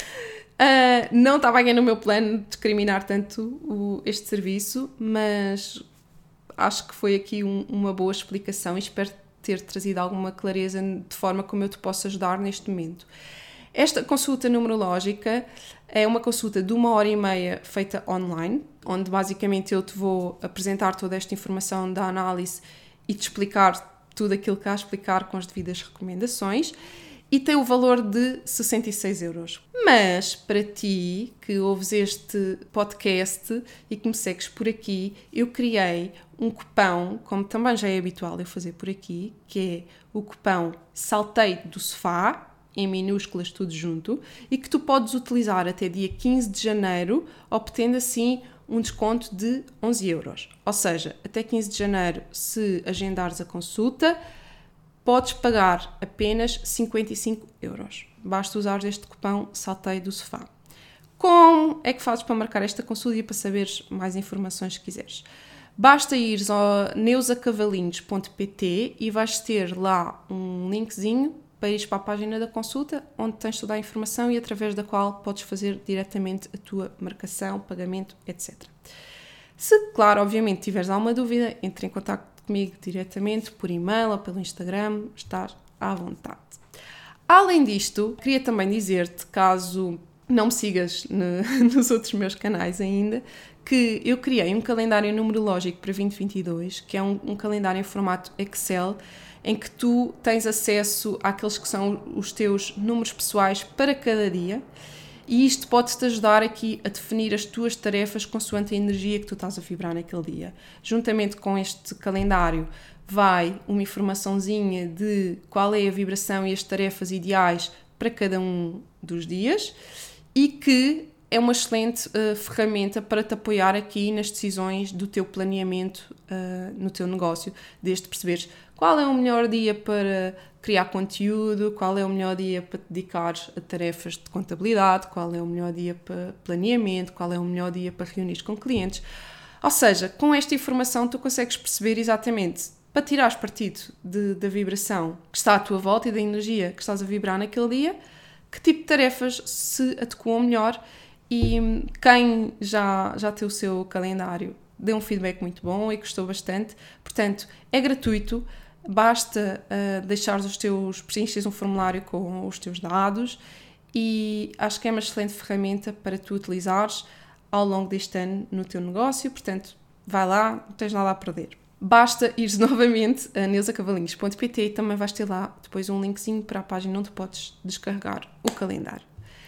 uh, não estava aqui no meu plano de discriminar tanto o, este serviço, mas acho que foi aqui um, uma boa explicação e espero ter trazido alguma clareza de forma como eu te posso ajudar neste momento. Esta consulta numerológica é uma consulta de uma hora e meia feita online, onde basicamente eu te vou apresentar toda esta informação da análise e te explicar tudo aquilo que há a explicar com as devidas recomendações, e tem o valor de sessenta e seis euros. Mas, para ti, que ouves este podcast e que me segues por aqui, eu criei um cupão, como também já é habitual eu fazer por aqui, que é o cupão Saltei do Sofá, em minúsculas tudo junto, e que tu podes utilizar até dia quinze de janeiro, obtendo assim um desconto de onze euros. Ou seja, até quinze de janeiro, se agendares a consulta, podes pagar apenas cinquenta e cinco euros. Basta usar este cupão Saltei do Sofá. Como é que fazes para marcar esta consulta e para saberes mais informações que quiseres? Basta ires ao neusa cavalinhos ponto pt e vais ter lá um linkzinho para ires para a página da consulta, onde tens toda a informação e através da qual podes fazer diretamente a tua marcação, pagamento, etcétera. Se, claro, obviamente, tiveres alguma dúvida, entre em contato comigo diretamente por e-mail ou pelo Instagram, estás à vontade. Além disto, queria também dizer-te, caso não me sigas no, nos outros meus canais ainda, que eu criei um calendário numerológico para vinte vinte e dois, que é um, um calendário em formato Excel, em que tu tens acesso àqueles que são os teus números pessoais para cada dia, e isto pode-te ajudar aqui a definir as tuas tarefas consoante a energia que tu estás a vibrar naquele dia. Juntamente com este calendário vai uma informaçãozinha de qual é a vibração e as tarefas ideais para cada um dos dias, e que é uma excelente uh, ferramenta para te apoiar aqui nas decisões do teu planeamento uh, no teu negócio, desde perceberes qual é o melhor dia para criar conteúdo, qual é o melhor dia para te dedicar a tarefas de contabilidade, qual é o melhor dia para planeamento, qual é o melhor dia para reunir com clientes. Ou seja, com esta informação tu consegues perceber exatamente, para tirares partido de, da vibração que está à tua volta e da energia que estás a vibrar naquele dia, que tipo de tarefas se adequam melhor. E quem já, já tem o seu calendário deu um feedback muito bom e gostou bastante. Portanto, é gratuito, basta uh, deixares os teus, preencheres um formulário com os teus dados, e acho que é uma excelente ferramenta para tu utilizares ao longo deste ano no teu negócio. Portanto, vai lá, não tens nada a perder. Basta ires novamente a neusa cavalinhos ponto pt e também vais ter lá depois um linkzinho para a página onde podes descarregar o calendário.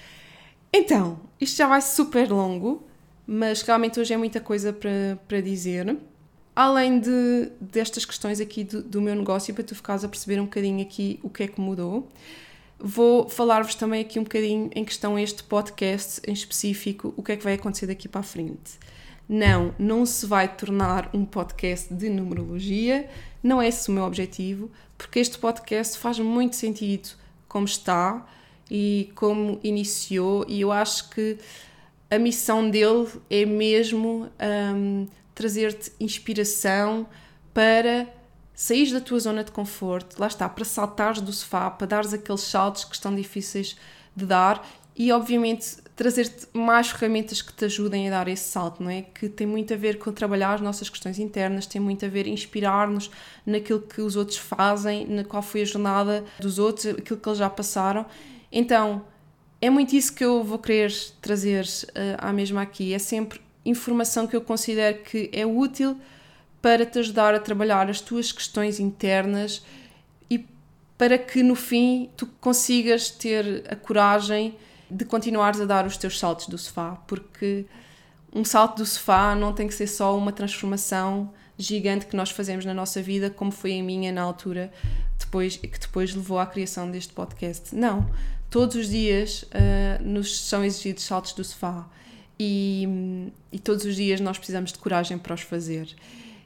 Então, isto já vai super longo, mas realmente hoje é muita coisa para, para dizer. Além de, destas questões aqui do, do meu negócio, para tu ficares a perceber um bocadinho aqui o que é que mudou, vou falar-vos também aqui um bocadinho em questão a este podcast em específico, o que é que vai acontecer daqui para a frente. Não, não se vai tornar um podcast de numerologia, não é esse o meu objetivo, porque este podcast faz muito sentido como está e como iniciou, e eu acho que a missão dele é mesmo um, trazer-te inspiração para sair da tua zona de conforto, lá está, para saltares do sofá, para dares aqueles saltos que estão difíceis de dar e, obviamente, trazer-te mais ferramentas que te ajudem a dar esse salto, não é? Que tem muito a ver com trabalhar as nossas questões internas, tem muito a ver em inspirar-nos naquilo que os outros fazem, na qual foi a jornada dos outros, aquilo que eles já passaram. Então, é muito isso que eu vou querer trazer uh, à mesma aqui. É sempre informação que eu considero que é útil para te ajudar a trabalhar as tuas questões internas e para que, no fim, tu consigas ter a coragem de continuares a dar os teus saltos do sofá. Porque um salto do sofá não tem que ser só uma transformação gigante que nós fazemos na nossa vida, como foi a minha na altura, depois, que depois levou à criação deste podcast. Não. Todos os dias uh, nos são exigidos saltos do sofá e, e todos os dias nós precisamos de coragem para os fazer.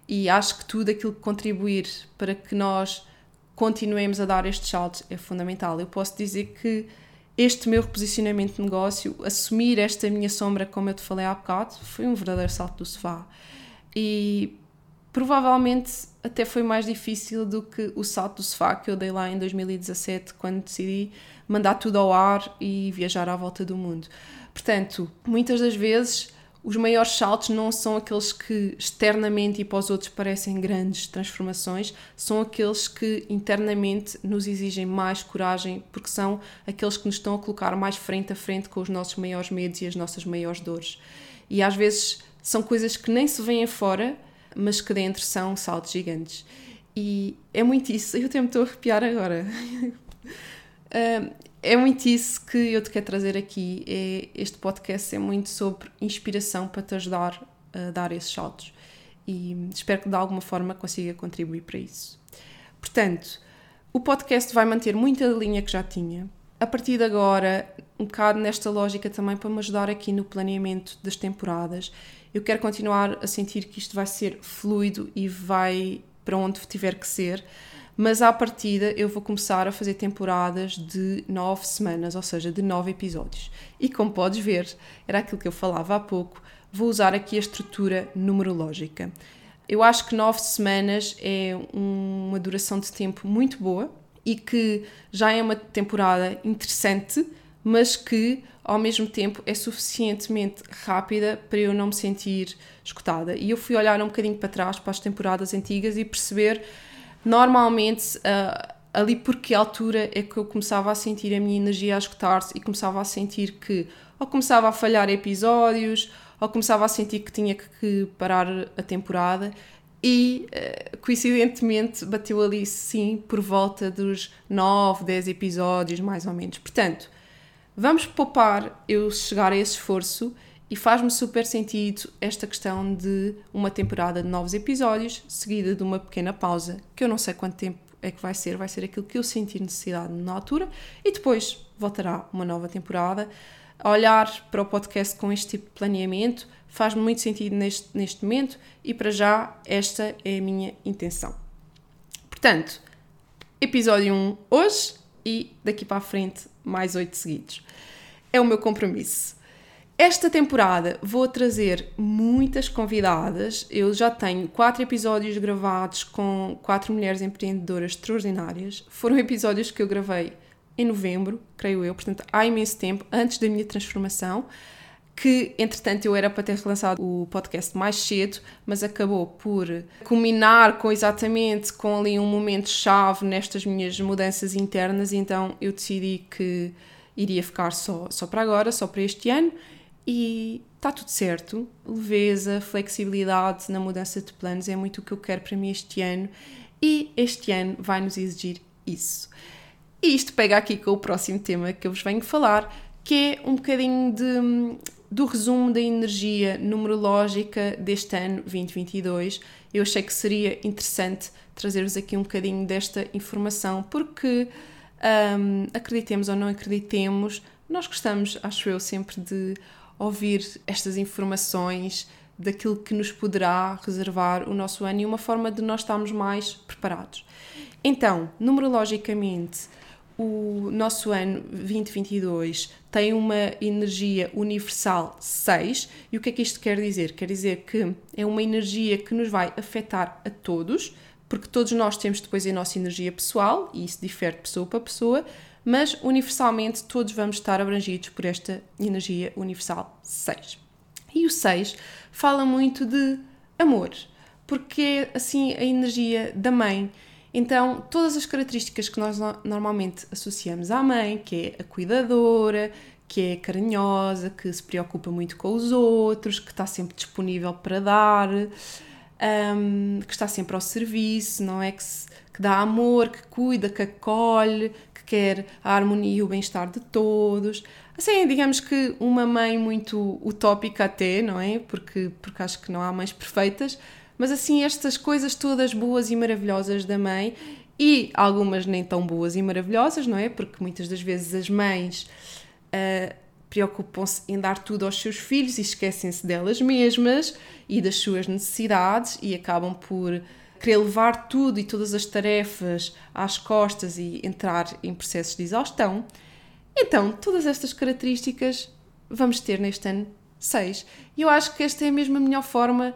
e acho que tudo aquilo que contribuir para que nós continuemos a dar estes saltos é fundamental. Eu posso dizer que este meu reposicionamento de negócio, assumir esta minha sombra, como eu te falei há bocado, foi um verdadeiro salto do sofá. E provavelmente até foi mais difícil do que o salto do sofá que eu dei lá em dois mil e dezassete, quando decidi mandar tudo ao ar e viajar à volta do mundo. Portanto, muitas das vezes os maiores saltos não são aqueles que externamente e para os outros parecem grandes transformações, são aqueles que internamente nos exigem mais coragem, porque são aqueles que nos estão a colocar mais frente a frente com os nossos maiores medos e as nossas maiores dores. E às vezes são coisas que nem se veem fora, mas que dentro são saltos gigantes. E é muito isso, eu até me estou a arrepiar agora. É muito isso que eu te quero trazer aqui. É, este podcast é muito sobre inspiração para te ajudar a dar esses saltos. E espero que de alguma forma consiga contribuir para isso. Portanto, o podcast vai manter muita linha que já tinha. A partir de agora, um bocado nesta lógica também para me ajudar aqui no planeamento das temporadas. Eu quero continuar a sentir que isto vai ser fluido e vai para onde tiver que ser. Mas à partida eu vou começar a fazer temporadas de nove semanas, ou seja, de nove episódios. E como podes ver, era aquilo que eu falava há pouco, vou usar aqui a estrutura numerológica. Eu acho que nove semanas é uma duração de tempo muito boa e que já é uma temporada interessante, mas que ao mesmo tempo é suficientemente rápida para eu não me sentir esgotada. E eu fui olhar um bocadinho para trás, para as temporadas antigas e perceber normalmente uh, ali por que altura é que eu começava a sentir a minha energia a esgotar-se e começava a sentir que ou começava a falhar episódios ou começava a sentir que tinha que parar a temporada e uh, coincidentemente bateu ali sim por volta dos nove, dez episódios mais ou menos. Portanto, vamos poupar eu chegar a esse esforço e faz-me super sentido esta questão de uma temporada de novos episódios, seguida de uma pequena pausa, que eu não sei quanto tempo é que vai ser, vai ser aquilo que eu sentir necessidade na altura, e depois voltará uma nova temporada. Olhar para o podcast com este tipo de planeamento faz-me muito sentido neste, neste momento, e para já esta é a minha intenção. Portanto, episódio um hoje e daqui para a frente mais oito seguidos. É o meu compromisso. Esta temporada vou trazer muitas convidadas. Eu já tenho quatro episódios gravados com quatro mulheres empreendedoras extraordinárias. Foram episódios que eu gravei em novembro, creio eu, portanto há imenso tempo, antes da minha transformação, que entretanto eu era para ter relançado o podcast mais cedo, mas acabou por culminar com exatamente com ali um momento-chave nestas minhas mudanças internas, e então eu decidi que iria ficar só, só para agora, só para este ano. E está tudo certo, leveza, flexibilidade na mudança de planos é muito o que eu quero para mim este ano, e este ano vai nos exigir isso. E isto pega aqui com o próximo tema que eu vos venho falar, que é um bocadinho de, do resumo da energia numerológica deste ano vinte e vinte e dois. Eu achei que seria interessante trazer-vos aqui um bocadinho desta informação, porque um, acreditemos ou não acreditemos, nós gostamos, acho eu, sempre de ouvir estas informações daquilo que nos poderá reservar o nosso ano e uma forma de nós estarmos mais preparados. Então, numerologicamente, o nosso ano vinte e vinte e dois tem uma energia universal seis, e o que é que isto quer dizer? Quer dizer que é uma energia que nos vai afetar a todos, porque todos nós temos depois a nossa energia pessoal, e isso difere de pessoa para pessoa, mas universalmente todos vamos estar abrangidos por esta energia universal seis. E o seis fala muito de amor, porque é assim a energia da mãe. Então, todas as características que nós normalmente associamos à mãe, que é a cuidadora, que é carinhosa, que se preocupa muito com os outros, que está sempre disponível para dar, um, que está sempre ao serviço, não é? Que, se, que dá amor, que cuida, que acolhe, que quer a harmonia e o bem-estar de todos. Assim, digamos que uma mãe muito utópica até, não é? Porque, porque acho que não há mães perfeitas, mas assim, estas coisas todas boas e maravilhosas da mãe, e algumas nem tão boas e maravilhosas, não é? Porque muitas das vezes as mães uh, preocupam-se em dar tudo aos seus filhos e esquecem-se delas mesmas e das suas necessidades e acabam por querer levar tudo e todas as tarefas às costas e entrar em processos de exaustão. Então, todas estas características vamos ter neste ano seis. E eu acho que esta é mesmo a melhor forma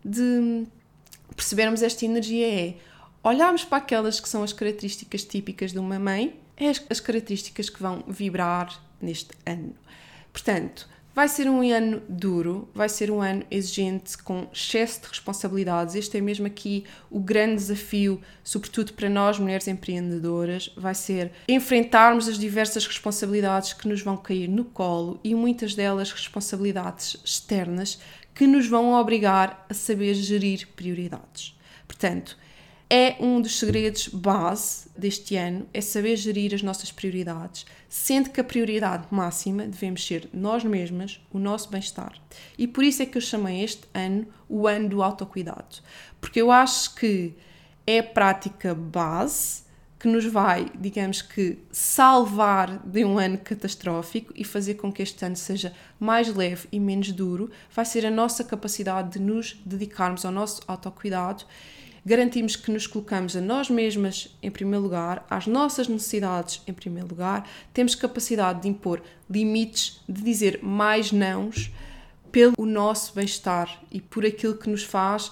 de percebermos esta energia, é olharmos para aquelas que são as características típicas de uma mãe, é as, as características que vão vibrar neste ano. Portanto, vai ser um ano duro, vai ser um ano exigente, com excesso de responsabilidades. Este é mesmo aqui o grande desafio, sobretudo para nós, mulheres empreendedoras, vai ser enfrentarmos as diversas responsabilidades que nos vão cair no colo e muitas delas responsabilidades externas que nos vão obrigar a saber gerir prioridades. Portanto, é um dos segredos base deste ano, é saber gerir as nossas prioridades, sendo que a prioridade máxima devemos ser nós mesmas, o nosso bem-estar. E por isso é que eu chamei este ano o ano do autocuidado, porque eu acho que é a prática base que nos vai, digamos que, salvar de um ano catastrófico e fazer com que este ano seja mais leve e menos duro, vai ser a nossa capacidade de nos dedicarmos ao nosso autocuidado. Garantimos que nos colocamos a nós mesmas em primeiro lugar, às nossas necessidades em primeiro lugar, temos capacidade de impor limites, de dizer mais nãos pelo nosso bem-estar e por aquilo que nos faz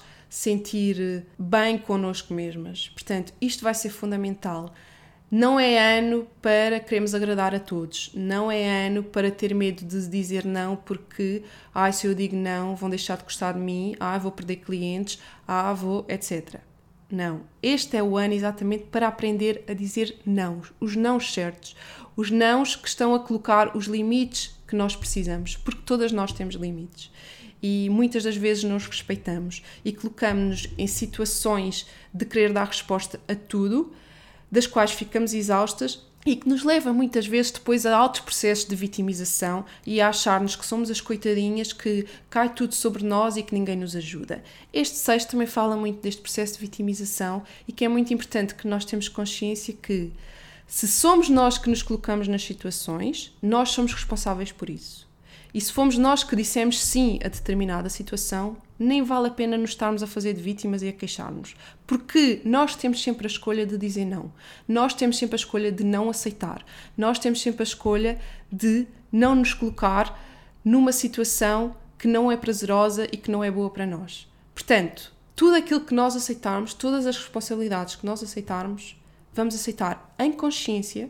sentir bem connosco mesmas. Portanto, isto vai ser fundamental. Não é ano para queremos agradar a todos, não é ano para ter medo de dizer não porque, ah, se eu digo não vão deixar de gostar de mim, ah, vou perder clientes, ah, vou, etcétera. Não, este é o ano exatamente para aprender a dizer não, os nãos certos, os nãos que estão a colocar os limites que nós precisamos, porque todas nós temos limites e muitas das vezes não os respeitamos e colocamos-nos em situações de querer dar resposta a tudo, das quais ficamos exaustas e que nos leva muitas vezes depois a altos processos de vitimização e a achar-nos que somos as coitadinhas, que cai tudo sobre nós e que ninguém nos ajuda. Este sexto também fala muito deste processo de vitimização e que é muito importante que nós tenhamos consciência que se somos nós que nos colocamos nas situações, nós somos responsáveis por isso. E se fomos nós que dissemos sim a determinada situação, nem vale a pena nos estarmos a fazer de vítimas e a queixar-nos. Porque nós temos sempre a escolha de dizer não. Nós temos sempre a escolha de não aceitar. Nós temos sempre a escolha de não nos colocar numa situação que não é prazerosa e que não é boa para nós. Portanto, tudo aquilo que nós aceitarmos, todas as responsabilidades que nós aceitarmos, vamos aceitar em consciência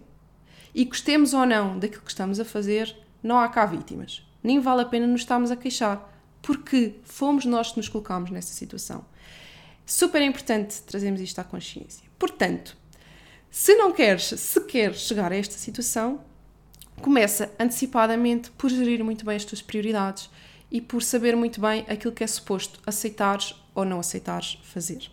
e gostemos ou não daquilo que estamos a fazer, não há cá vítimas. Nem vale a pena nos estarmos a queixar, porque fomos nós que nos colocámos nessa situação. Super importante trazermos isto à consciência. Portanto, se não queres sequer chegar a esta situação, começa antecipadamente por gerir muito bem as tuas prioridades e por saber muito bem aquilo que é suposto aceitares ou não aceitares fazer.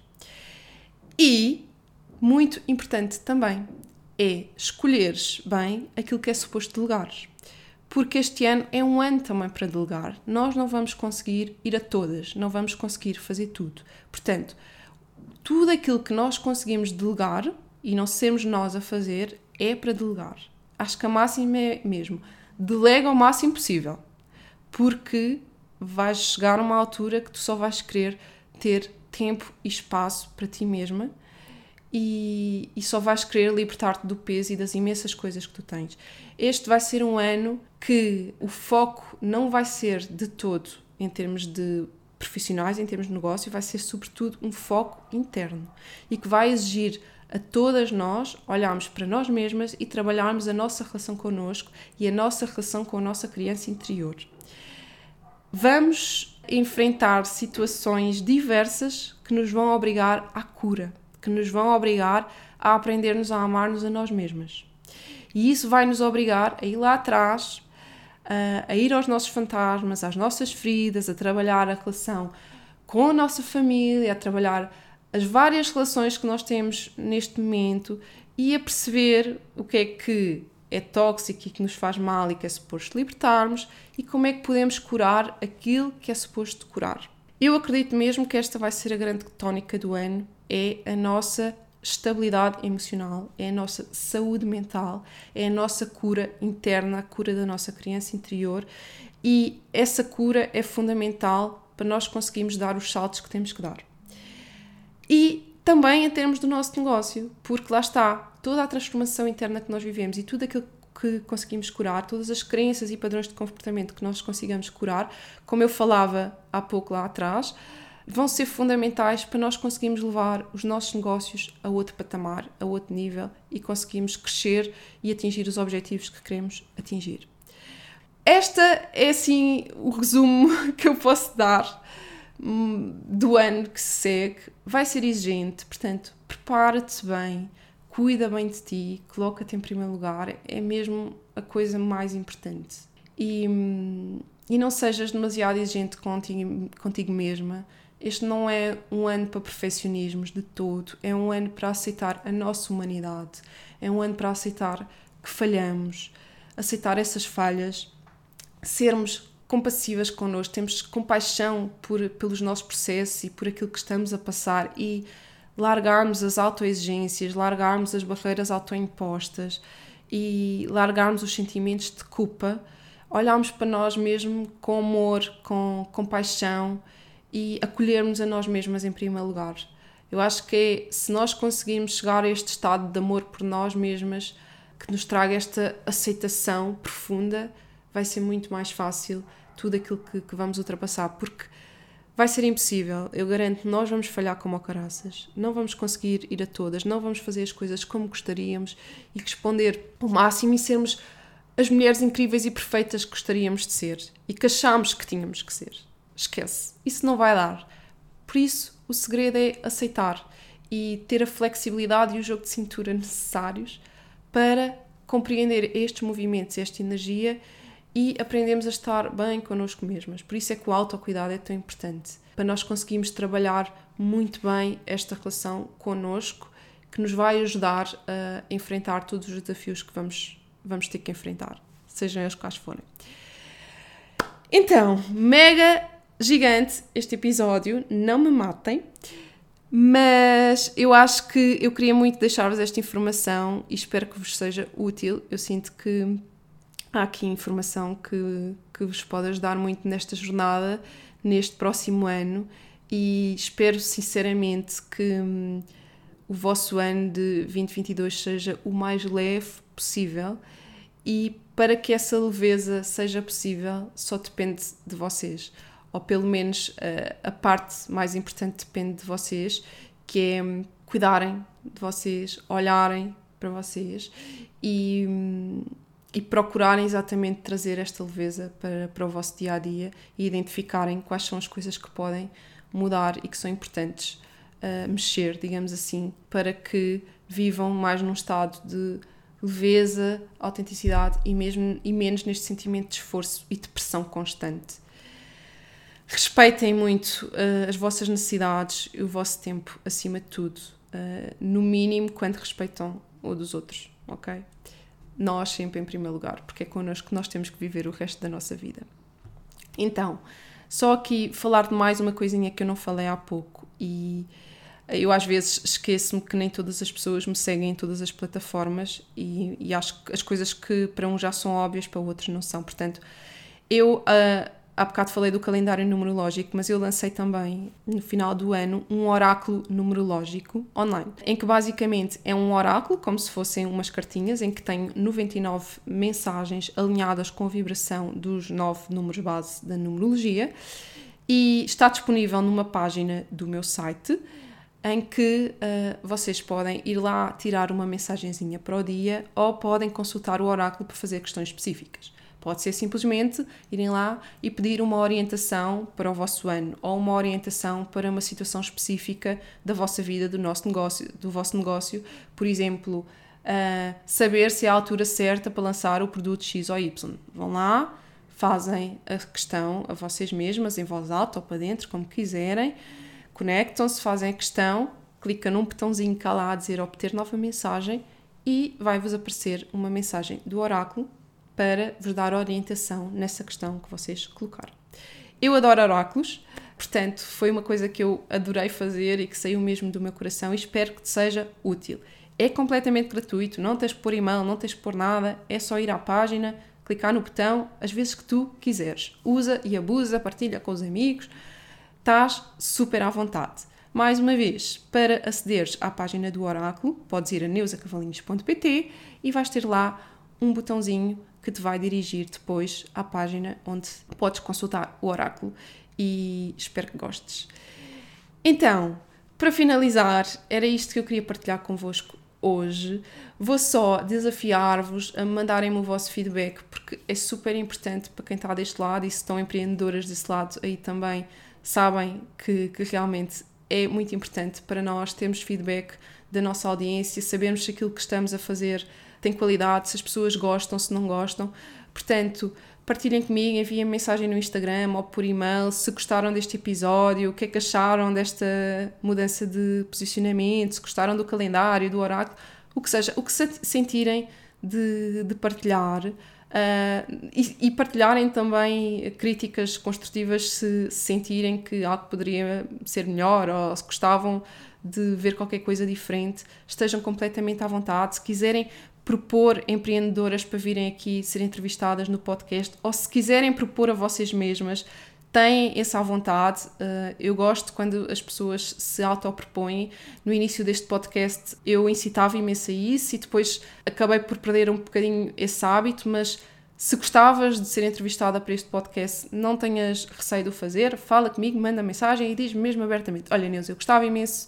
E, muito importante também, é escolheres bem aquilo que é suposto delegares. Porque este ano é um ano também para delegar. Nós não vamos conseguir ir a todas, não vamos conseguir fazer tudo. Portanto, tudo aquilo que nós conseguimos delegar e não sermos nós a fazer é para delegar. Acho que a máxima é mesmo, delega ao máximo possível. Porque vais chegar a uma altura que tu só vais querer ter tempo e espaço para ti mesma e, e só vais querer libertar-te do peso e das imensas coisas que tu tens. Este vai ser um ano que o foco não vai ser de todo em termos de profissionais, em termos de negócio, vai ser sobretudo um foco interno e que vai exigir a todas nós olharmos para nós mesmas e trabalharmos a nossa relação connosco e a nossa relação com a nossa criança interior. Vamos enfrentar situações diversas que nos vão obrigar à cura, que nos vão obrigar a aprendermos a amar-nos a nós mesmas. E isso vai nos obrigar a ir lá atrás, a ir aos nossos fantasmas, às nossas feridas, a trabalhar a relação com a nossa família, a trabalhar as várias relações que nós temos neste momento e a perceber o que é que é tóxico e que nos faz mal e que é suposto libertarmos e como é que podemos curar aquilo que é suposto curar. Eu acredito mesmo que esta vai ser a grande tónica do ano, é a nossa estabilidade emocional, é a nossa saúde mental, é a nossa cura interna, a cura da nossa criança interior, e essa cura é fundamental para nós conseguirmos dar os saltos que temos que dar. E também em termos do nosso negócio, porque lá está, toda a transformação interna que nós vivemos e tudo aquilo que conseguimos curar, todas as crenças e padrões de comportamento que nós consigamos curar, como eu falava há pouco lá atrás, vão ser fundamentais para nós conseguirmos levar os nossos negócios a outro patamar, a outro nível, e conseguirmos crescer e atingir os objetivos que queremos atingir. Esta é assim o resumo que eu posso dar do ano que se segue. Vai ser exigente, portanto, prepara-te bem, cuida bem de ti, coloca-te em primeiro lugar, é mesmo a coisa mais importante. E, e não sejas demasiado exigente contigo, contigo mesma. Este não é um ano para perfeccionismos de todo, é um ano para aceitar a nossa humanidade, é um ano para aceitar que falhamos, aceitar essas falhas, sermos compassivas connosco, termos compaixão por, pelos nossos processos e por aquilo que estamos a passar e largarmos as autoexigências, largarmos as barreiras autoimpostas e largarmos os sentimentos de culpa, olharmos para nós mesmos com amor, com compaixão e acolhermos a nós mesmas em primeiro lugar. Eu acho que é, se nós conseguirmos chegar a este estado de amor por nós mesmas, que nos traga esta aceitação profunda, vai ser muito mais fácil tudo aquilo que, que vamos ultrapassar, porque vai ser impossível, eu garanto, nós vamos falhar como ao caraças, não vamos conseguir ir a todas, não vamos fazer as coisas como gostaríamos e responder o máximo e sermos as mulheres incríveis e perfeitas que gostaríamos de ser e que achámos que tínhamos que ser. Esquece, isso não vai dar. Por isso, o segredo é aceitar e ter a flexibilidade e o jogo de cintura necessários para compreender estes movimentos, esta energia e aprendermos a estar bem connosco mesmas. Por isso é que o autocuidado é tão importante, para nós conseguirmos trabalhar muito bem esta relação connosco, que nos vai ajudar a enfrentar todos os desafios que vamos, vamos ter que enfrentar, sejam eles quais forem. Então, mega gigante este episódio, não me matem, mas eu acho que eu queria muito deixar-vos esta informação e espero que vos seja útil. Eu sinto que há aqui informação que, que vos pode ajudar muito nesta jornada, neste próximo ano, e espero sinceramente que hum, o vosso ano de vinte e vinte e dois seja o mais leve possível, e para que essa leveza seja possível só depende de vocês, ou pelo menos a, a parte mais importante depende de vocês, que é hum, cuidarem de vocês, olharem para vocês e, hum, e procurarem exatamente trazer esta leveza para, para o vosso dia-a-dia e identificarem quais são as coisas que podem mudar e que são importantes uh, mexer, digamos assim, para que vivam mais num estado de leveza, autenticidade e, mesmo, e menos neste sentimento de esforço e de pressão constante. Respeitem muito uh, as vossas necessidades e o vosso tempo, acima de tudo, uh, no mínimo quando respeitam o dos outros, ok? Nós sempre em primeiro lugar, porque é connosco que nós temos que viver o resto da nossa vida. Então, só aqui falar de mais uma coisinha que eu não falei há pouco, e eu às vezes esqueço-me que nem todas as pessoas me seguem em todas as plataformas e, e acho que as coisas que para uns já são óbvias, para outros não são. Portanto, eu uh, há bocado falei do calendário numerológico, mas eu lancei também no final do ano um oráculo numerológico online, em que basicamente é um oráculo, como se fossem umas cartinhas, em que tenho noventa e nove mensagens alinhadas com a vibração dos nove números base da numerologia, e está disponível numa página do meu site, em que uh, vocês podem ir lá tirar uma mensagenzinha para o dia ou podem consultar o oráculo para fazer questões específicas. Pode ser simplesmente irem lá e pedir uma orientação para o vosso ano ou uma orientação para uma situação específica da vossa vida, do nosso negócio, do vosso negócio. Por exemplo, uh, saber se é a altura certa para lançar o produto X ou Y. Vão lá, fazem a questão a vocês mesmas, em voz alta ou para dentro, como quiserem, conectam-se, fazem a questão, clicam num botãozinho cá lá a dizer obter nova mensagem e vai-vos aparecer uma mensagem do oráculo para vos dar orientação nessa questão que vocês colocaram. Eu adoro oráculos, portanto, foi uma coisa que eu adorei fazer e que saiu mesmo do meu coração e espero que te seja útil. É completamente gratuito, não tens de pôr e-mail, não tens de pôr nada, é só ir à página, clicar no botão, às vezes que tu quiseres. Usa e abusa, partilha com os amigos, estás super à vontade. Mais uma vez, para acederes à página do Oráculo, podes ir a neusa cavalinhos ponto pt e vais ter lá um botãozinho que te vai dirigir depois à página onde podes consultar o Oráculo e espero que gostes. Então, para finalizar, era isto que eu queria partilhar convosco hoje. Vou só desafiar-vos a mandarem-me o vosso feedback, porque é super importante para quem está deste lado e se estão empreendedoras desse lado aí também sabem que, que realmente é muito importante para nós termos feedback da nossa audiência, sabermos se aquilo que estamos a fazer tem qualidade, se as pessoas gostam, se não gostam. Portanto, partilhem comigo, enviem mensagem no Instagram ou por e-mail se gostaram deste episódio, o que é que acharam desta mudança de posicionamento, se gostaram do calendário, do oráculo, o que seja, o que se sentirem de, de partilhar. Uh, e, e partilharem também críticas construtivas se sentirem que algo poderia ser melhor ou se gostavam de ver qualquer coisa diferente, estejam completamente à vontade. Se quiserem propor empreendedoras para virem aqui ser entrevistadas no podcast ou se quiserem propor a vocês mesmas, têm essa à vontade. Uh, eu gosto quando as pessoas se autopropõem. No início deste podcast eu incitava imenso a isso e depois acabei por perder um bocadinho esse hábito, mas se gostavas de ser entrevistada para este podcast, não tenhas receio de o fazer, fala comigo, manda mensagem e diz-me mesmo abertamente: olha, Neuza, eu gostava imenso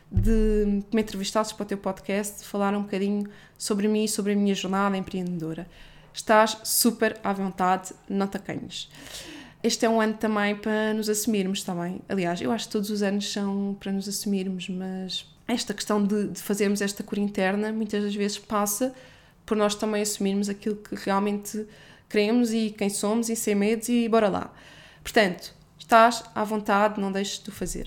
de me entrevistasses para o teu podcast, falar um bocadinho sobre mim e sobre a minha jornada empreendedora. Estás super à vontade, não te acanhes. Este é um ano também para nos assumirmos, está bem? Aliás, eu acho que todos os anos são para nos assumirmos, mas esta questão de, de fazermos esta cura interna muitas das vezes passa por nós também assumirmos aquilo que realmente queremos e quem somos e sem medos e bora lá. Portanto, estás à vontade, não deixes de o fazer.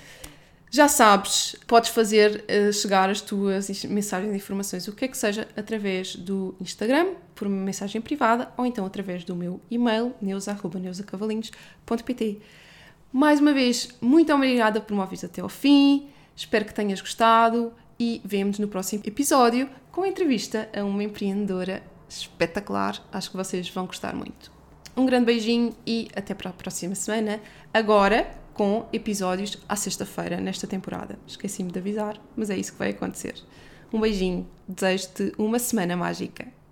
Já sabes, podes fazer uh, chegar as tuas mensagens e informações, o que é que seja, através do Instagram, por uma mensagem privada, ou então através do meu e-mail, neusa arroba neusa cavalinhos ponto pt. Mais uma vez, muito obrigada por me ouvires até ao fim, espero que tenhas gostado e vemo-nos no próximo episódio com a entrevista a uma empreendedora espetacular. Acho que vocês vão gostar muito. Um grande beijinho e até para a próxima semana, agora com episódios à sexta-feira nesta temporada. Esqueci-me de avisar, mas é isso que vai acontecer. Um beijinho, desejo-te uma semana mágica.